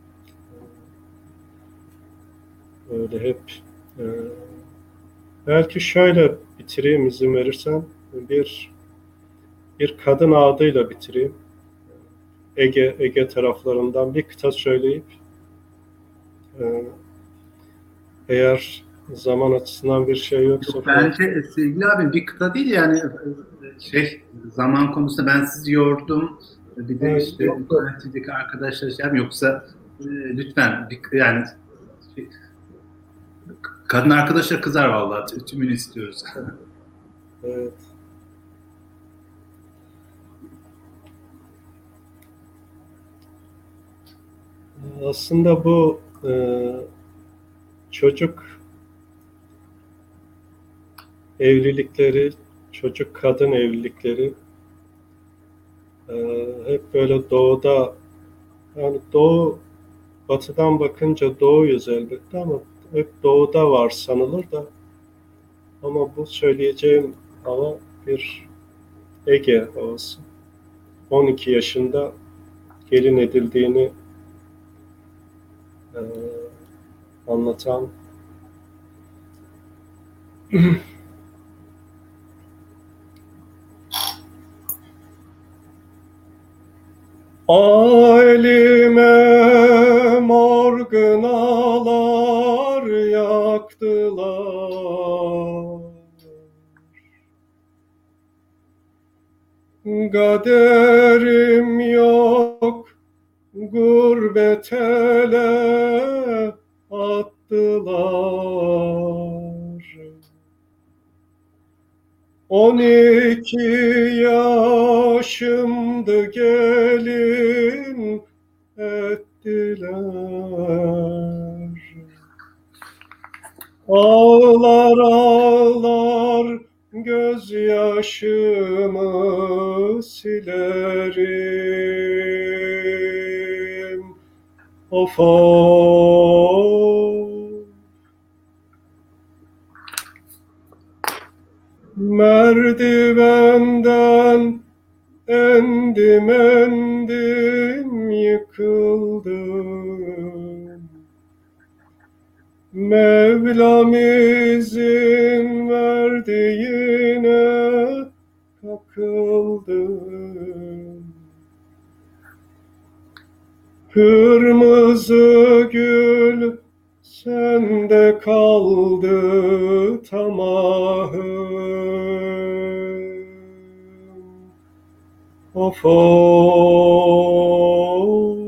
Öyle hep e, belki şöyle bitireyim izin verirsen, bir bir kadın adıyla bitireyim. Ege Ege taraflarından bir kıta söyleyip e, eğer zaman açısından bir şey yoksa Bence sevgili abi bir kıta değil yani şey zaman konusunda ben sizi yordum. Bir de evet, işte yok, yok. Üniversitedeki arkadaşlar şey yapayım. Yoksa e, lütfen bir, yani şey, kadın arkadaşlar kızar vallahi tümünü istiyoruz. Evet. Aslında bu e, çocuk evlilikleri, çocuk kadın evlilikleri e, hep böyle doğuda, yani doğu, batıdan bakınca doğuyuz elbette ama hep doğuda var sanılır da, ama bu söyleyeceğim hava bir Ege havası. on iki yaşında gelin edildiğini e, anlatan Ailime mor gınalar yaktılar. Kaderim yok, gurbet ele attılar. On iki yaşımdı gelin ettiler. Ağlar ağlar gözyaşımı silerim. Of of. Merdivenden endim endim yıkıldım. Mevlamizin verdiğine kapıldım. Kırmızı gül sende kaldı tamahım. Of of.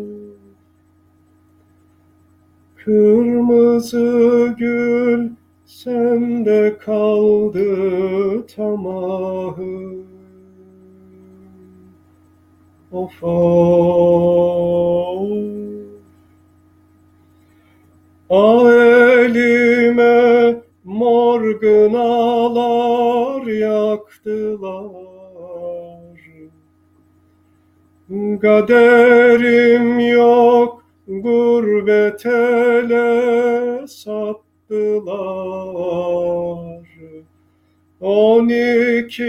Kırmızı gül sende kaldı tamahım. Of of. Ah elime mor gınalar yaktılar. Kaderim yok gurbet ele sattılar. On iki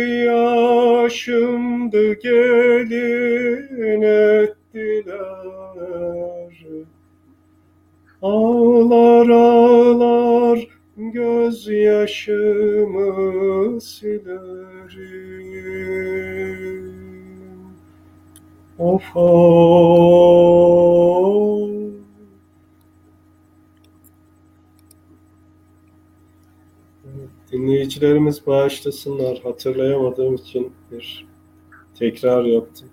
yaşımdı gelin ettiler. Ağlar ağlar gözyaşımı silerim. Of of. Dinleyicilerimiz bağışlasınlar. Hatırlayamadığım için bir tekrar yaptım.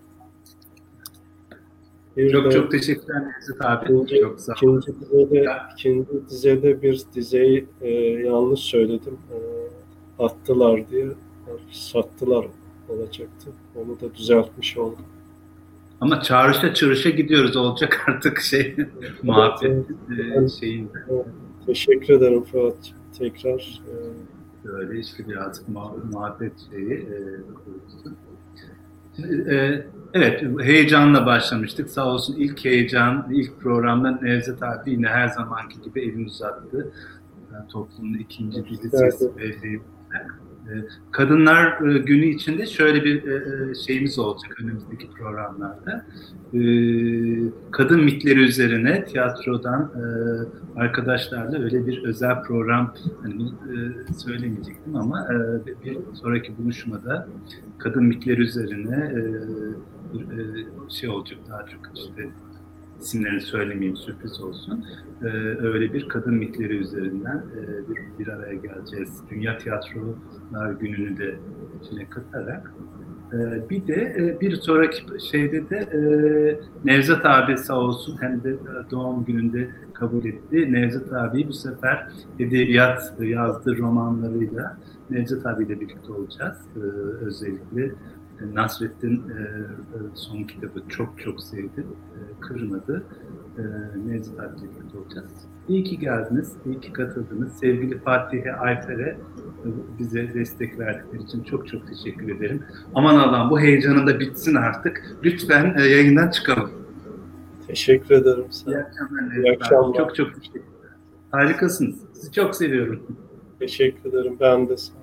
Bir Çok de çok teşekkürler Nevzat abi. ikinci, Çok sağ olun. ikinci dizede, ikinci dizede bir dizeyi e, yanlış söyledim. E, attılar diye sattılar olacaktı. Onu da düzeltmiş oldum. Ama çağrışa çırışa gidiyoruz, olacak artık şey muhabbet e, şeyinde. Evet, teşekkür ederim Fuat. Tekrar e, Böyle işte birazcık muhabbet şeyi e, kurulsun. Şimdi, e, evet, heyecanla başlamıştık. Sağ olsun ilk heyecan, ilk programda Nevzat abi yine her zamanki gibi elini uzattı. Yani toplumun ikinci dili sesi ve Kadınlar Günü içinde şöyle bir şeyimiz olacak önümüzdeki programlarda. Kadın mitleri üzerine tiyatrodan arkadaşlarla öyle bir özel program, hani söylemeyecektim ama bir sonraki buluşmada kadın mitleri üzerine bir şey olacak, daha çok işte isimlerini söylemeyeyim, sürpriz olsun. Ee, öyle bir kadın mitleri üzerinden e, bir, bir araya geleceğiz. Dünya Tiyatrolar Günü'nü de içine katarak. Ee, bir de e, bir sonraki şeyde de e, Nevzat abi sağ olsun hem de doğum gününde kabul etti. Nevzat abi bu sefer edebiyat yazdığı romanlarıyla Nevzat abiyle birlikte olacağız. Ee, özellikle Nasrettin e, son kitabı çok çok sevdim. E, kırmadı. E, Nevzat abiyle birlikte olacağız. İyi ki geldiniz, iyi ki katıldınız. Sevgili Fatih'e, Ayfer'e e, bize destek verdikleri için çok çok teşekkür ederim. Aman Allah'ım bu heyecanın da bitsin artık. Lütfen e, yayından çıkalım. Teşekkür ederim sana. İyi akşamlar. İyi akşamlar. Çok çok teşekkür ederim. Harikasınız. Sizi çok seviyorum. Teşekkür ederim. Ben de sana.